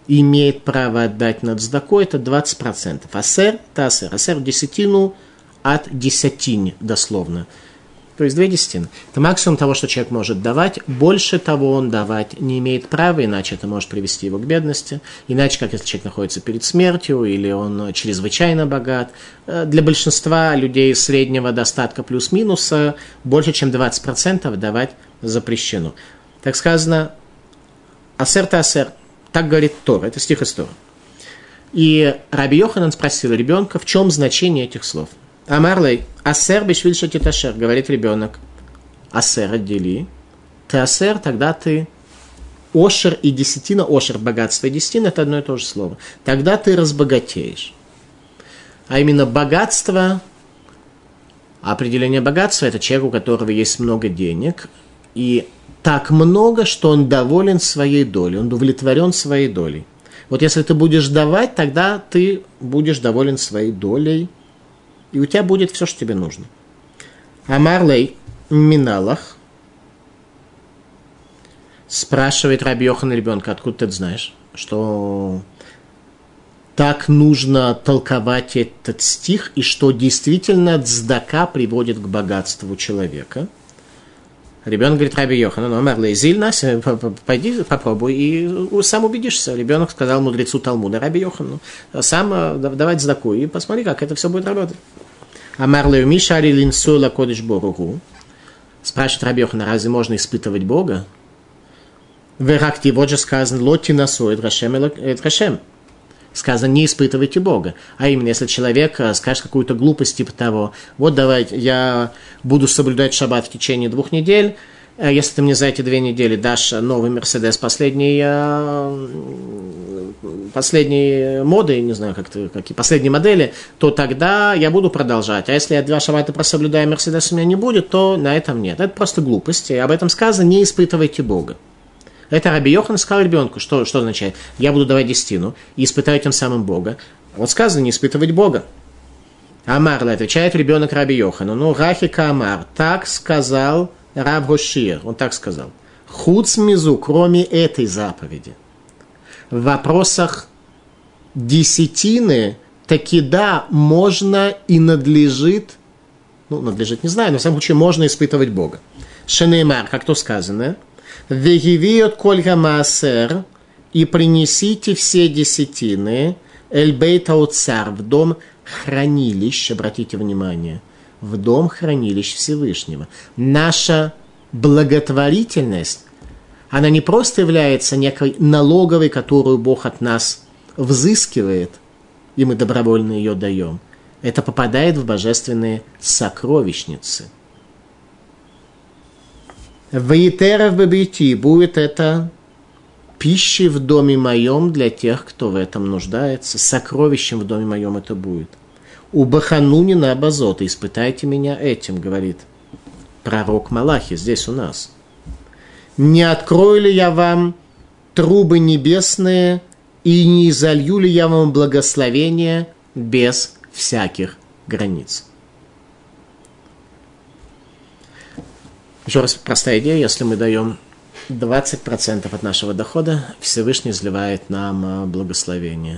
имеет право отдать на цдаку, это 20%. Асер – это асер. Асер – десятину от десятини, дословно. То есть 2 десятины. Это максимум того, что человек может давать. Больше того он давать не имеет права, иначе это может привести его к бедности. Иначе, как если человек находится перед смертью, или он чрезвычайно богат. Для большинства людей среднего достатка плюс-минуса больше, чем 20% давать запрещено. Так сказано, асер-то асер. Так говорит Тора. Это стих из Торы. И Раби Йоханан спросил ребенка, в чем значение этих слов. Амарлей, асер бешвиль шатиташер, говорит ребенок. Асер отдели. Ты асер, тогда ты ошер и десятина, ошер, богатство и десятина, это одно и то же слово. Тогда ты разбогатеешь. А именно богатство, определение богатства, это человек, у которого есть много денег, и так много, что он доволен своей долей, он удовлетворен своей долей. Вот если ты будешь давать, тогда ты будешь доволен своей долей, и у тебя будет все, что тебе нужно. Амарлей Миналах спрашивает Раби Йоханан ребенка, откуда ты это знаешь, что так нужно толковать этот стих, и что действительно цдака приводит к богатству человека. Ребенок говорит Раби Йоханан, Амарлей Зильнас, пойди попробуй и сам убедишься. Ребенок сказал мудрецу Талмуда Раби Йохану, сам давать цдаку и посмотри, как это все будет работать. Амарлею Мишари Линсула Кодиш Боругу. Спрашивает Раби Йоханан, разве можно испытывать Бога? Веракти, вот же сказано, Лоти насует Рашем. Сказано, не испытывайте Бога. А именно, если человек скажет какую-то глупость типа того, вот давай, я буду соблюдать шаббат в течение 2 недель, если ты мне за эти 2 недели дашь новый Мерседес последней моды, не знаю, какие последние модели, то тогда я буду продолжать. А если я 2 шаббата прособлюдаю, Мерседес у меня не будет, то на этом нет. Это просто глупость. И об этом сказано, не испытывайте Бога. Это Раби Йоханан сказал ребенку, что означает? Я буду давать десятину и испытаю тем самым Бога. Вот сказано, не испытывать Бога. Амар, отвечает ребенок Раби Йохану. Ну, Рахика Амар, так сказал Рав Гошир, он так сказал. Хуц мизу, кроме этой заповеди. В вопросах десятины таки да, можно и надлежит, не знаю, но в самом случае можно испытывать Бога. Шенеймар, как то сказано, вегивиот кольга маасер, и принесите все десятины, эль-бейт аутсар, в дом хранилищ, обратите внимание, в дом хранилищ Всевышнего. Наша благотворительность, она не просто является некой налоговой, которую Бог от нас взыскивает, и мы добровольно ее даем. Это попадает в божественные сокровищницы. Ваитеров бабити, будет это пищей в доме моем для тех, кто в этом нуждается. Сокровищем в доме моем это будет. У Бахануни на Абазота, испытайте меня этим, говорит пророк Малахи, здесь у нас. Не открою ли я вам трубы небесные и не изолью ли я вам благословение без всяких границ? Еще раз, простая идея, если мы даем 20% от нашего дохода, Всевышний изливает нам благословение.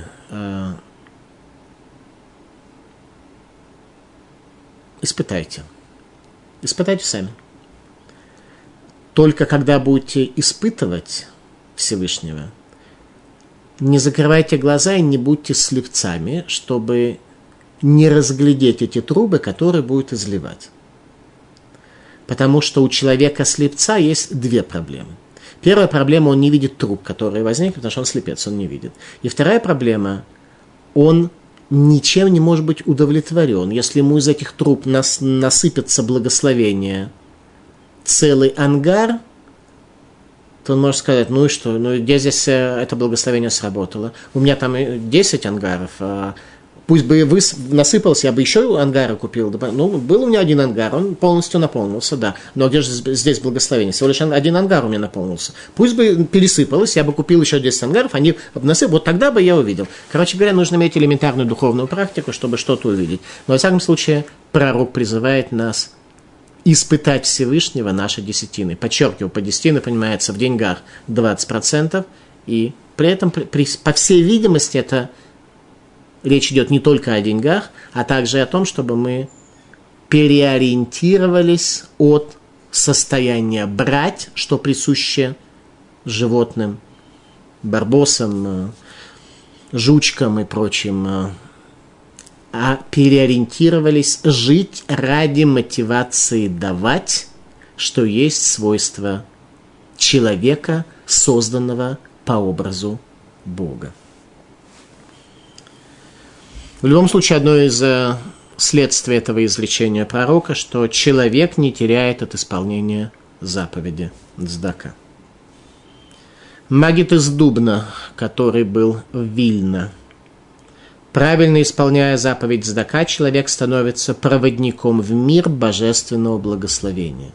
Испытайте. Испытайте сами. Только когда будете испытывать Всевышнего, не закрывайте глаза и не будьте слепцами, чтобы не разглядеть эти трубы, которые будет изливать. Потому что у человека-слепца есть 2 проблемы. Первая проблема, он не видит труб, которые возникнут, потому что он слепец, он не видит. И вторая проблема, он ничем не может быть удовлетворен. Если ему из этих труб насыпется благословение целый ангар, то он может сказать, ну и что, где здесь это благословение сработало? У меня там 10 ангаров, пусть бы насыпался, я бы еще ангары купил. Был у меня 1 ангар, он полностью наполнился, да. Но где же здесь благословение? Всего лишь 1 ангар у меня наполнился. Пусть бы пересыпалось, я бы купил еще 10 ангаров, они насыпали, вот тогда бы я увидел. Короче говоря, нужно иметь элементарную духовную практику, чтобы что-то увидеть. Но, во всяком случае, пророк призывает нас испытать Всевышнего наши десятины. Подчеркиваю, по десятины понимается в деньгах 20%, И при этом, по всей видимости, это речь идет не только о деньгах, а также о том, чтобы мы переориентировались от состояния брать, что присуще животным, барбосам, жучкам и прочим, а переориентировались жить ради мотивации давать, что есть свойство человека, созданного по образу Бога. В любом случае, одно из следствий этого изречения пророка, что человек не теряет от исполнения заповеди цдака. Магит из Дубна, который был в Вильно. Правильно исполняя заповедь цдака, человек становится проводником в мир божественного благословения.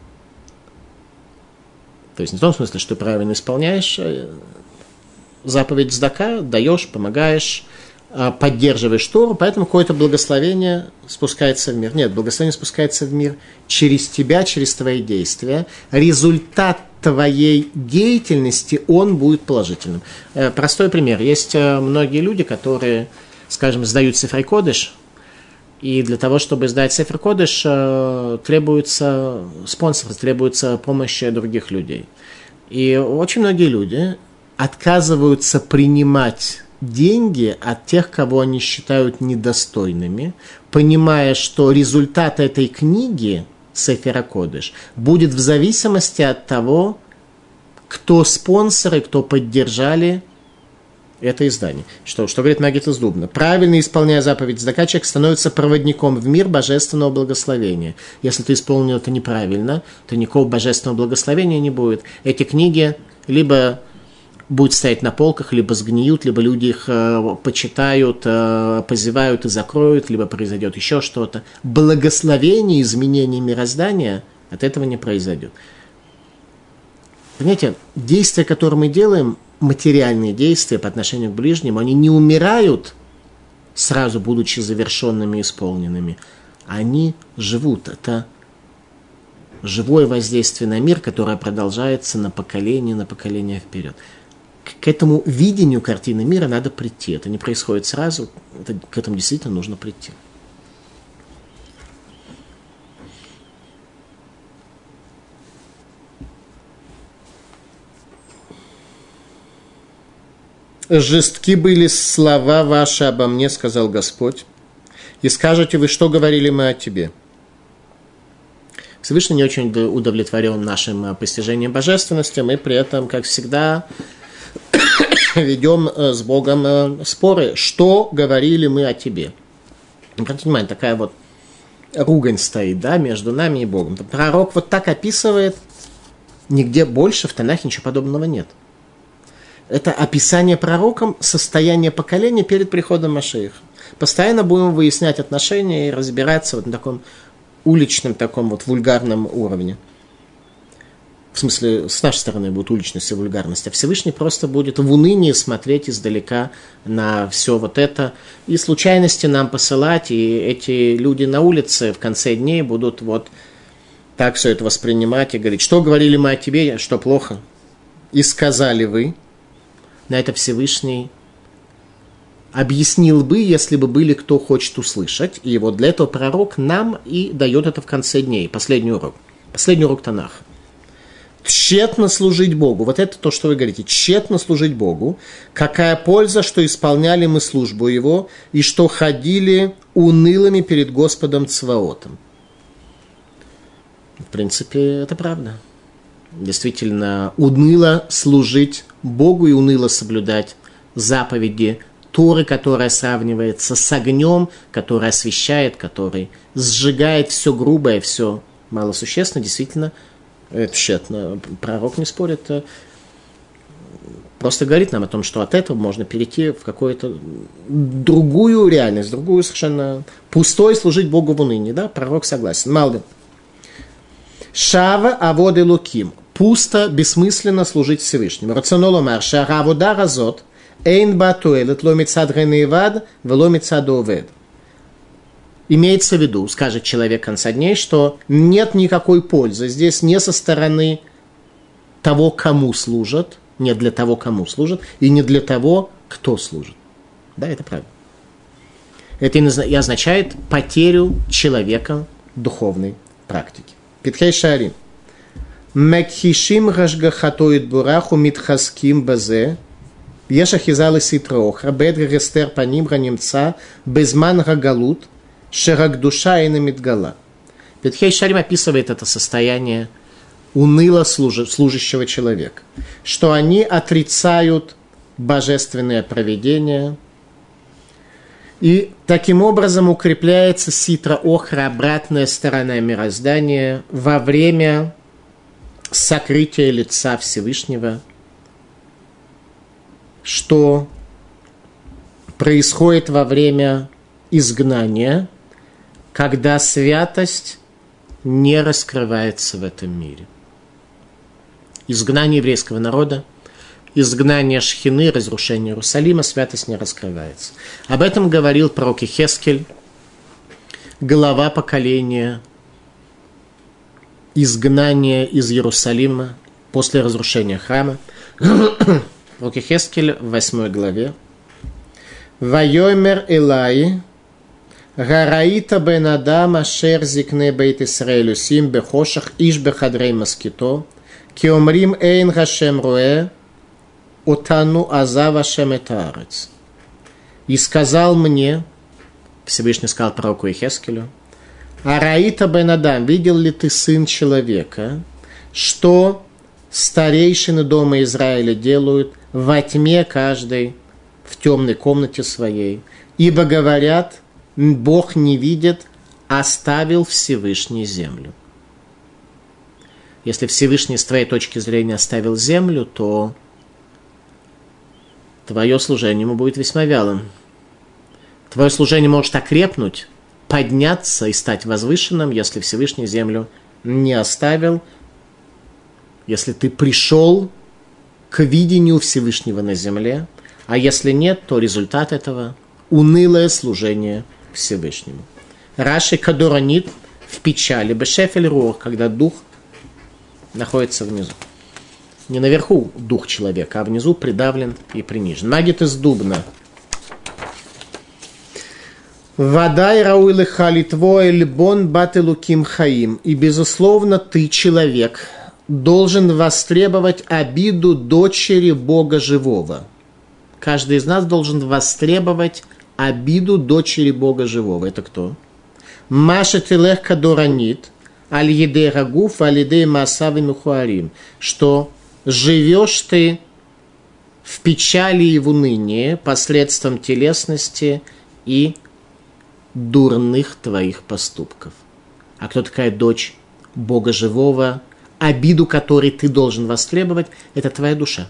То есть не в том смысле, что ты правильно исполняешь заповедь цдака, даешь, помогаешь, поддерживаешь Тору, поэтому какое-то благословение спускается в мир. Нет, благословение спускается в мир через тебя, через твои действия. Результат твоей деятельности, он будет положительным. Простой пример. Есть многие люди, которые, скажем, сдают Сефер Кодеш, и для того, чтобы сдать Сефер Кодеш, требуется спонсор, требуется помощь других людей. И очень многие люди отказываются принимать деньги от тех, кого они считают недостойными, понимая, что результат этой книги Сефер Кодеш будет в зависимости от того, кто спонсоры, кто поддержали это издание. Что говорит Магит из Дубна? Правильно исполняя заповедь цдака, человек становится проводником в мир божественного благословения. Если ты исполнил это неправильно, то никакого божественного благословения не будет. Эти книги либо будут стоять на полках, либо сгниют, либо люди их почитают, позевают и закроют, либо произойдет еще что-то. Благословение, изменение мироздания от этого не произойдет. Понимаете, действия, которые мы делаем, материальные действия по отношению к ближнему, они не умирают сразу, будучи завершенными, исполненными. Они живут. Это живое воздействие на мир, которое продолжается на поколение вперед. К этому видению картины мира надо прийти. Это не происходит сразу, к этому действительно нужно прийти. «Жестки были слова ваши обо мне, сказал Господь, и скажете вы, что говорили мы о тебе». Всевышний не очень удовлетворен нашим постижением божественности, мы при этом, как всегда, ведем с Богом споры, что говорили мы о тебе. Обратите внимание, такая вот ругань стоит, да, между нами и Богом. Пророк вот так описывает, нигде больше в Танахе ничего подобного нет. Это описание пророком состояния поколения перед приходом Машиаха. Постоянно будем выяснять отношения и разбираться вот на таком уличном, таком вот вульгарном уровне. В смысле, с нашей стороны будет уличность и вульгарность, а Всевышний просто будет в унынии смотреть издалека на все вот это, и случайности нам посылать, и эти люди на улице в конце дней будут вот так все это воспринимать и говорить, что говорили мы о тебе, что плохо, и сказали вы. На это Всевышний объяснил бы, если бы были кто хочет услышать, и вот для этого пророк нам и дает это в конце дней, последний урок Танаха. Тщетно служить Богу. Вот это то, что вы говорите. Тщетно служить Богу. Какая польза, что исполняли мы службу Его, и что ходили унылыми перед Господом Цваотом. В принципе, это правда. Действительно, уныло служить Богу и уныло соблюдать заповеди Торы, которая сравнивается с огнем, который освещает, который сжигает все грубое, все малосущественное. Действительно, это тщетно. Пророк не спорит, просто говорит нам о том, что от этого можно перейти в какую-то другую реальность, другую совершенно пустой служить Богу в унынии. Да? Пророк согласен. Малдин. Шава аводы луким. Пусто, бессмысленно служить Всевышнему. Рационол омар, шара авода разот, эйн батуэлет ломицад генеивад, веломицад овед. Имеется в виду, скажет человек конца дней, что нет никакой пользы здесь не со стороны того, кому служат, Не для того, кому служат, и не для того, кто служит. Да, это правда. Это и означает потерю человека духовной практики. Питхей Шарим. Мекхишим гашгахатоид бураху митхаским базе. Ешахизалы ситроха. Бедга гестер панимра немца. Безман гагалут. Шерагдуша и намитгала. Питхей Шарим описывает это состояние уныло служащего человека. Что они отрицают божественное провидение. И таким образом укрепляется ситра охра, обратная сторона мироздания, во время сокрытия лица Всевышнего, что происходит во время изгнания, когда святость не раскрывается в этом мире. Изгнание еврейского народа, изгнание Шхины, разрушение Иерусалима, святость не раскрывается. Об этом говорил пророк Йехескель, глава поколения изгнания из Иерусалима после разрушения храма. Пророк Йехескель в 8 главе. «Вайомер Элай, гараита бен адам ашер зикне бейт Исраэлю сим бехошах иш бехадрей маскито, ки омрим эйн гашем роэ, отану азава шеметарец». И сказал мне, Всевышний сказал пророку Йехескелю, «Араита бен адам, видел ли ты, сын человека, что старейшины дома Израиля делают во тьме каждой, в темной комнате своей, ибо говорят, Бог не видит, оставил Всевышний землю». Если Всевышний с твоей точки зрения оставил землю, то твое служение ему будет весьма вялым. Твое служение может окрепнуть, подняться и стать возвышенным, если Всевышний землю не оставил, если ты пришел к видению Всевышнего на земле, а если нет, то результат этого – унылое служение Всевышнему. Раши кадоранит в печали, бешефель рух, когда дух находится внизу. Не наверху дух человека, а внизу придавлен и принижен. Магит из Дубна. «Вадай рауилы халитво эльбон бателуким хаим». И, безусловно, ты, человек, должен востребовать обиду дочери Бога живого. Каждый из нас должен востребовать обиду дочери Бога живого. Это кто? «Маша телех кадоранит, аль-едей рагуф, аль-едей маасави мухуарим». Что живешь ты в печали и в унынии посредством телесности и дурных твоих поступков. А кто такая дочь Бога живого, обиду которой ты должен востребовать, это твоя душа.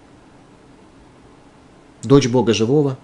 Дочь Бога живого,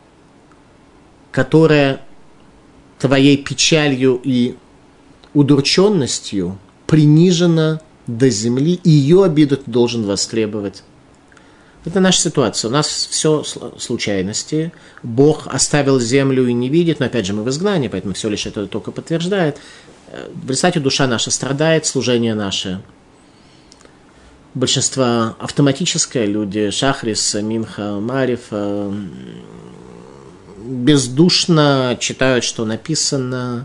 которая твоей печалью и удрученностью принижена до земли, и ее обиду ты должен востребовать. Это наша ситуация. У нас все случайности. Бог оставил землю и не видит, но опять же мы в изгнании, поэтому все лишь это только подтверждает. В результате душа наша страдает, служение наше. Большинство автоматическое, люди Шахрис, Минха, Мариф бездушно читают, что написано,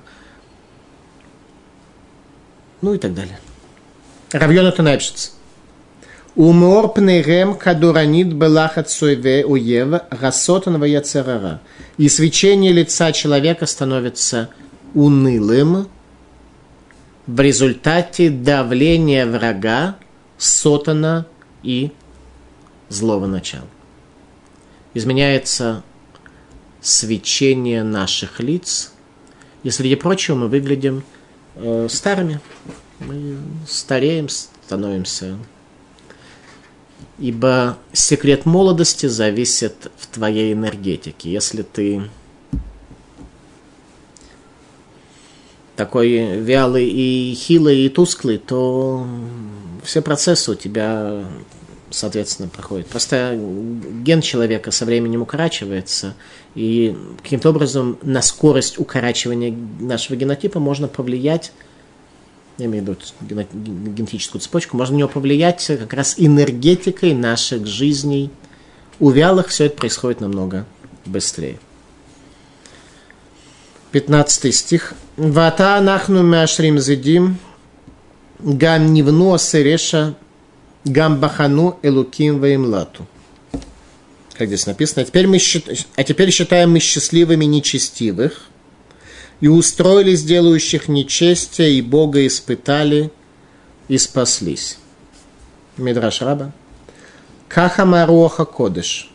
ну и так далее. Рав Йонатан Эйбшиц. Умор пнейрем кадуранит белахат суеве уев расотан ваяцерара. И свечение лица человека становится унылым в результате давления врага, сотана и злого начала. Изменяется свечение наших лиц, и среди прочего мы выглядим старыми. Мы стареем, становимся. Ибо секрет молодости зависит в твоей энергетике. Если ты такой вялый и хилый и тусклый, то все процессы у тебя, соответственно, проходят. Просто ген человека со временем укорачивается, и каким-то образом на скорость укорачивания нашего генотипа можно повлиять я имею в виду генетическую цепочку, можно на него повлиять как раз энергетикой наших жизней. У вялых все это происходит намного быстрее. 15 стих. «Вата нахну мяшрим зидим, гам нивну асереша, гам бахану элуким ваимлату». Как здесь написано. А теперь считаем мы счастливыми нечестивых, и устроили сделающих нечестие, и Бога испытали, и спаслись. Мидраш Раба. Кахама руаха кодеш.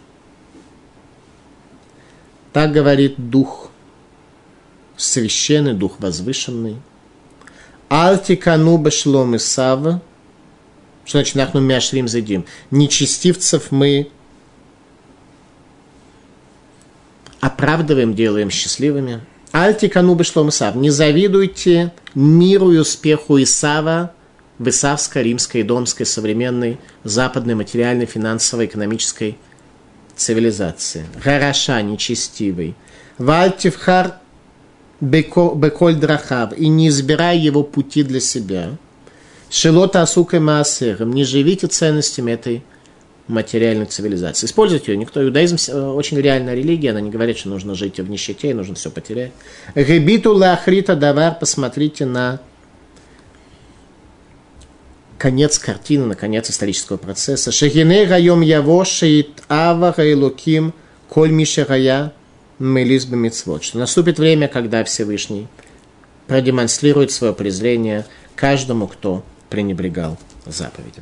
Так говорит Дух священный, Дух возвышенный. Альтикану бешлом исав. Что значит нахну мяшрим зайдим? Нечестивцев мы оправдываем, делаем счастливыми. Альтикану бешлом исав. Не завидуйте миру и успеху Исава в исавской, римской, домской, современной, западной, материальной, финансовой, экономической цивилизации. Гараша, нечестивый. Вальтивхар беколь драхав. И не избирай его пути для себя. Шелота асукой маасером. Не живите ценностями этой материальной цивилизации. Используйте ее никто. Иудаизм очень реальная религия. Она не говорит, что нужно жить в нищете, и нужно все потерять. Ребиту лахрита давар. Посмотрите на конец картины, на конец исторического процесса. Шехиней райом яво шеит ава райлуким коль мишерая мелис бемицвот. Что наступит время, когда Всевышний продемонстрирует свое презрение каждому, кто пренебрегал заповедями.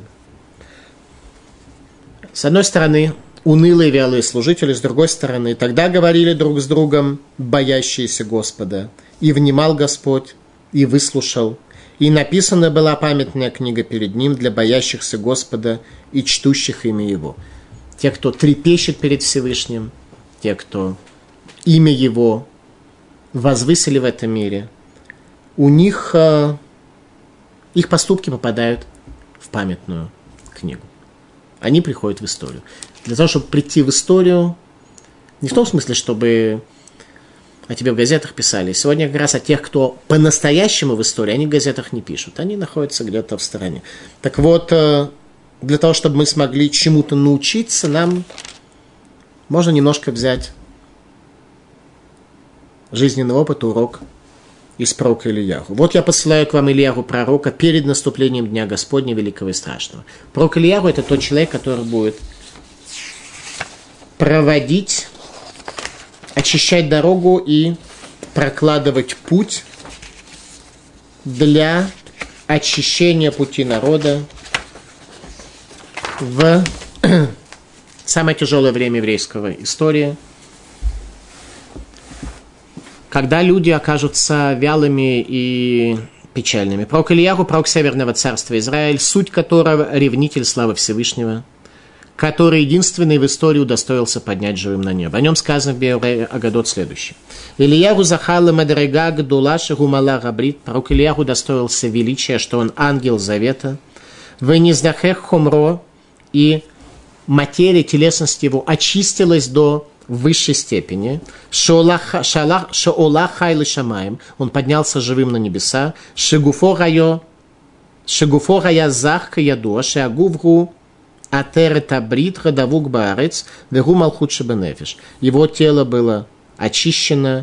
С одной стороны, унылые вялые служители, с другой стороны, тогда говорили друг с другом боящиеся Господа. И внимал Господь, и выслушал. И написана была памятная книга перед ним для боящихся Господа и чтущих имя Его. Те, кто трепещет перед Всевышним, те, кто имя Его возвысили в этом мире, у них их поступки попадают в памятную книгу. Они приходят в историю. Для того, чтобы прийти в историю, не в том смысле, чтобы о тебе в газетах писали. Сегодня как раз о тех, кто по-настоящему в истории, они в газетах не пишут. Они находятся где-то в стороне. Так вот, для того, чтобы мы смогли чему-то научиться, нам можно немножко взять жизненный опыт, урок из пророка Ильяху. Вот я посылаю к вам Ильяху, пророка, перед наступлением Дня Господня Великого и Страшного. Пророк Ильяху – это тот человек, который будет проводить, очищать дорогу и прокладывать путь для очищения пути народа в самое тяжелое время еврейской истории, когда люди окажутся вялыми и печальными. Пророк Ильяху, пророк Северного царства Израиль, суть которого ревнитель славы Всевышнего, который единственный в истории удостоился поднять живым на небо. О нем сказано в Беорей Агадот следующее. Ильяху захала мадрега гдула шегумала габрит. Пророк Ильяху удостоился величия, что он ангел завета. Вениздахех хумро, и материя, телесность его очистилась до высшей степени. Шаола хайлы шамаем. Он поднялся живым на небеса. Шегуфо гая захка ядо. Шеагувгу атерет абрит гадавук баарец. Вегу малхут шебенефиш. Его тело было очищено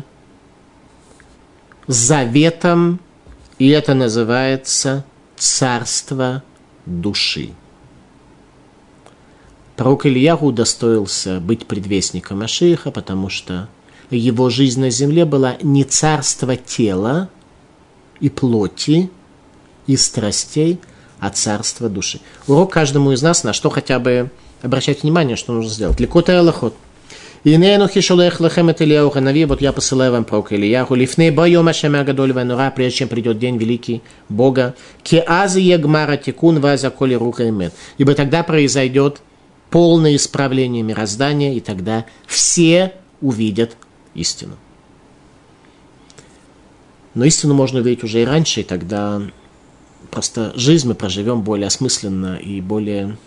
заветом. И это называется царство души. Пророк Ильяху удостоился быть предвестником Машиаха, потому что его жизнь на земле была не царство тела и плоти, и страстей, а царство души. Урок каждому из нас, на что хотя бы обращать внимание, что нужно сделать. Ликот и алахот. Вот я посылаю вам пророка Ильяху. Лифней бойом ашема гадоль ванура, прежде чем придет день великий Бога. Кеазы егмара тикун ваза коли рука имет. Ибо тогда произойдет полное исправление мироздания, и тогда все увидят истину. Но истину можно увидеть уже и раньше, и тогда просто жизнь мы проживем более осмысленно и более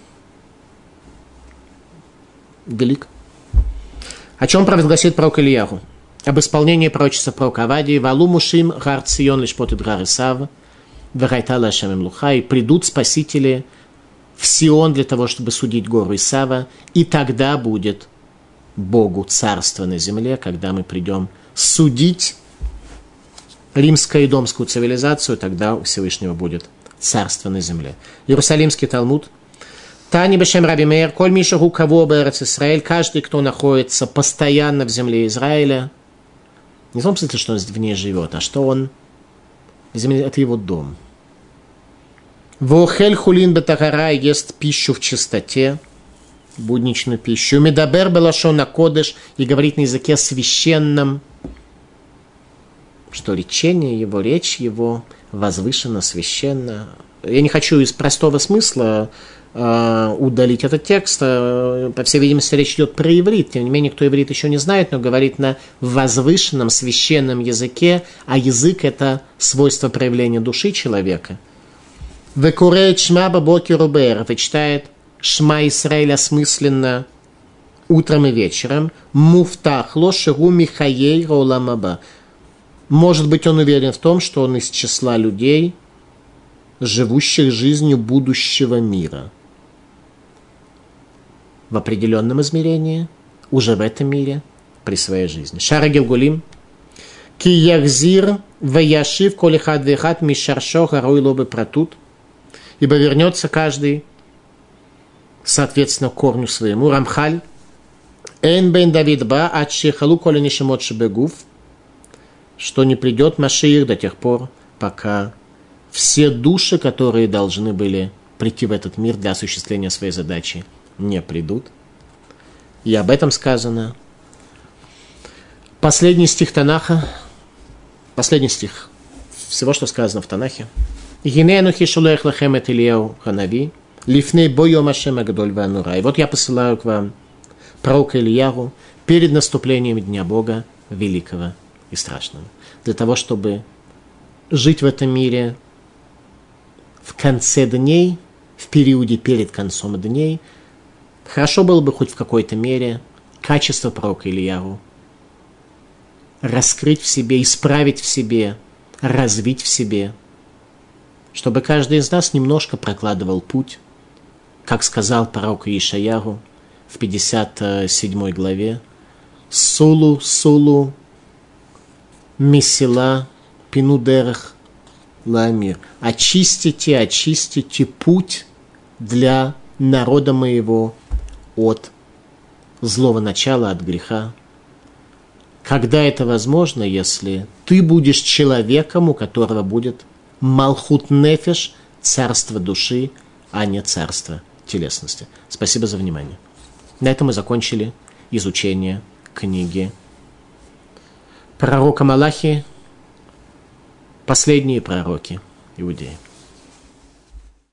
велик. О чем провозгласит пророк Ильяху? Об исполнении пророчества пророка Авадии. Валу мушим гар цион лишпот эдгар исав. Варайтала Ашем Луха, и придут спасители в Сион для того, чтобы судить гору Исава, и тогда будет Богу царство на земле, когда мы придем судить римско-идомскую цивилизацию, тогда у Всевышнего будет царство на земле. Иерусалимский Талмуд. Тани бешем Раби Меир, коль миша гукаво бэрец Исраэль, каждый, кто находится постоянно в земле Израиля, не в том смысле, что он в ней живет, а что он, земля, это его дом. Вохель хулин бетахара, ест пищу в чистоте, будничную пищу. Медабер белашон акодеш, и говорит на языке священном, что речение его, речь его возвышена, священна. Я не хочу из простого смысла удалить этот текст. По всей видимости, речь идет про иврит. Тем не менее, кто иврит еще не знает, но говорит на возвышенном, священном языке, а язык – это свойство проявления души человека. Векурейт шма бабоки рубер, и читает Шма Исраэль осмысленно утром и вечером. Муфтах ло шигу михаей роламаба. Может быть, он уверен в том, что он из числа людей, живущих жизнью будущего мира. В определенном измерении, уже в этом мире, при своей жизни. Шара Гилгулим. Ки яхзир ваяшив колихат вехат мишаршо гарой лобы протут. Ибо вернется каждый, соответственно, к корню своему. Рамхаль. Эн бен Давид ба ачи халу коли нишемот шебегуф. Что не придет Машиах до тех пор, пока все души, которые должны были прийти в этот мир для осуществления своей задачи, не придут. И об этом сказано. Последний стих Танаха, последний стих всего, что сказано в Танахе. «Гинену хишулех лахем эт Ильяу ханави, лифней бойом Ашем агадоль ванура». И вот я посылаю к вам пророка Ильяру перед наступлением Дня Бога Великого и Страшного. Для того, чтобы жить в этом мире в конце дней, в периоде перед концом дней, хорошо было бы хоть в какой-то мере качество пророка Ильяру раскрыть в себе, исправить в себе, развить в себе, чтобы каждый из нас немножко прокладывал путь, как сказал пророк Ишаяху в 57 главе, «Сулу, сулу, месила, пинудерах, ламир». Очистите, очистите путь для народа моего от злого начала, от греха. Когда это возможно, если ты будешь человеком, у которого будет малхут нефеш, царство души, а не царство телесности. Спасибо за внимание. На этом мы закончили изучение книги пророка Малахи, последние пророки Иудеи.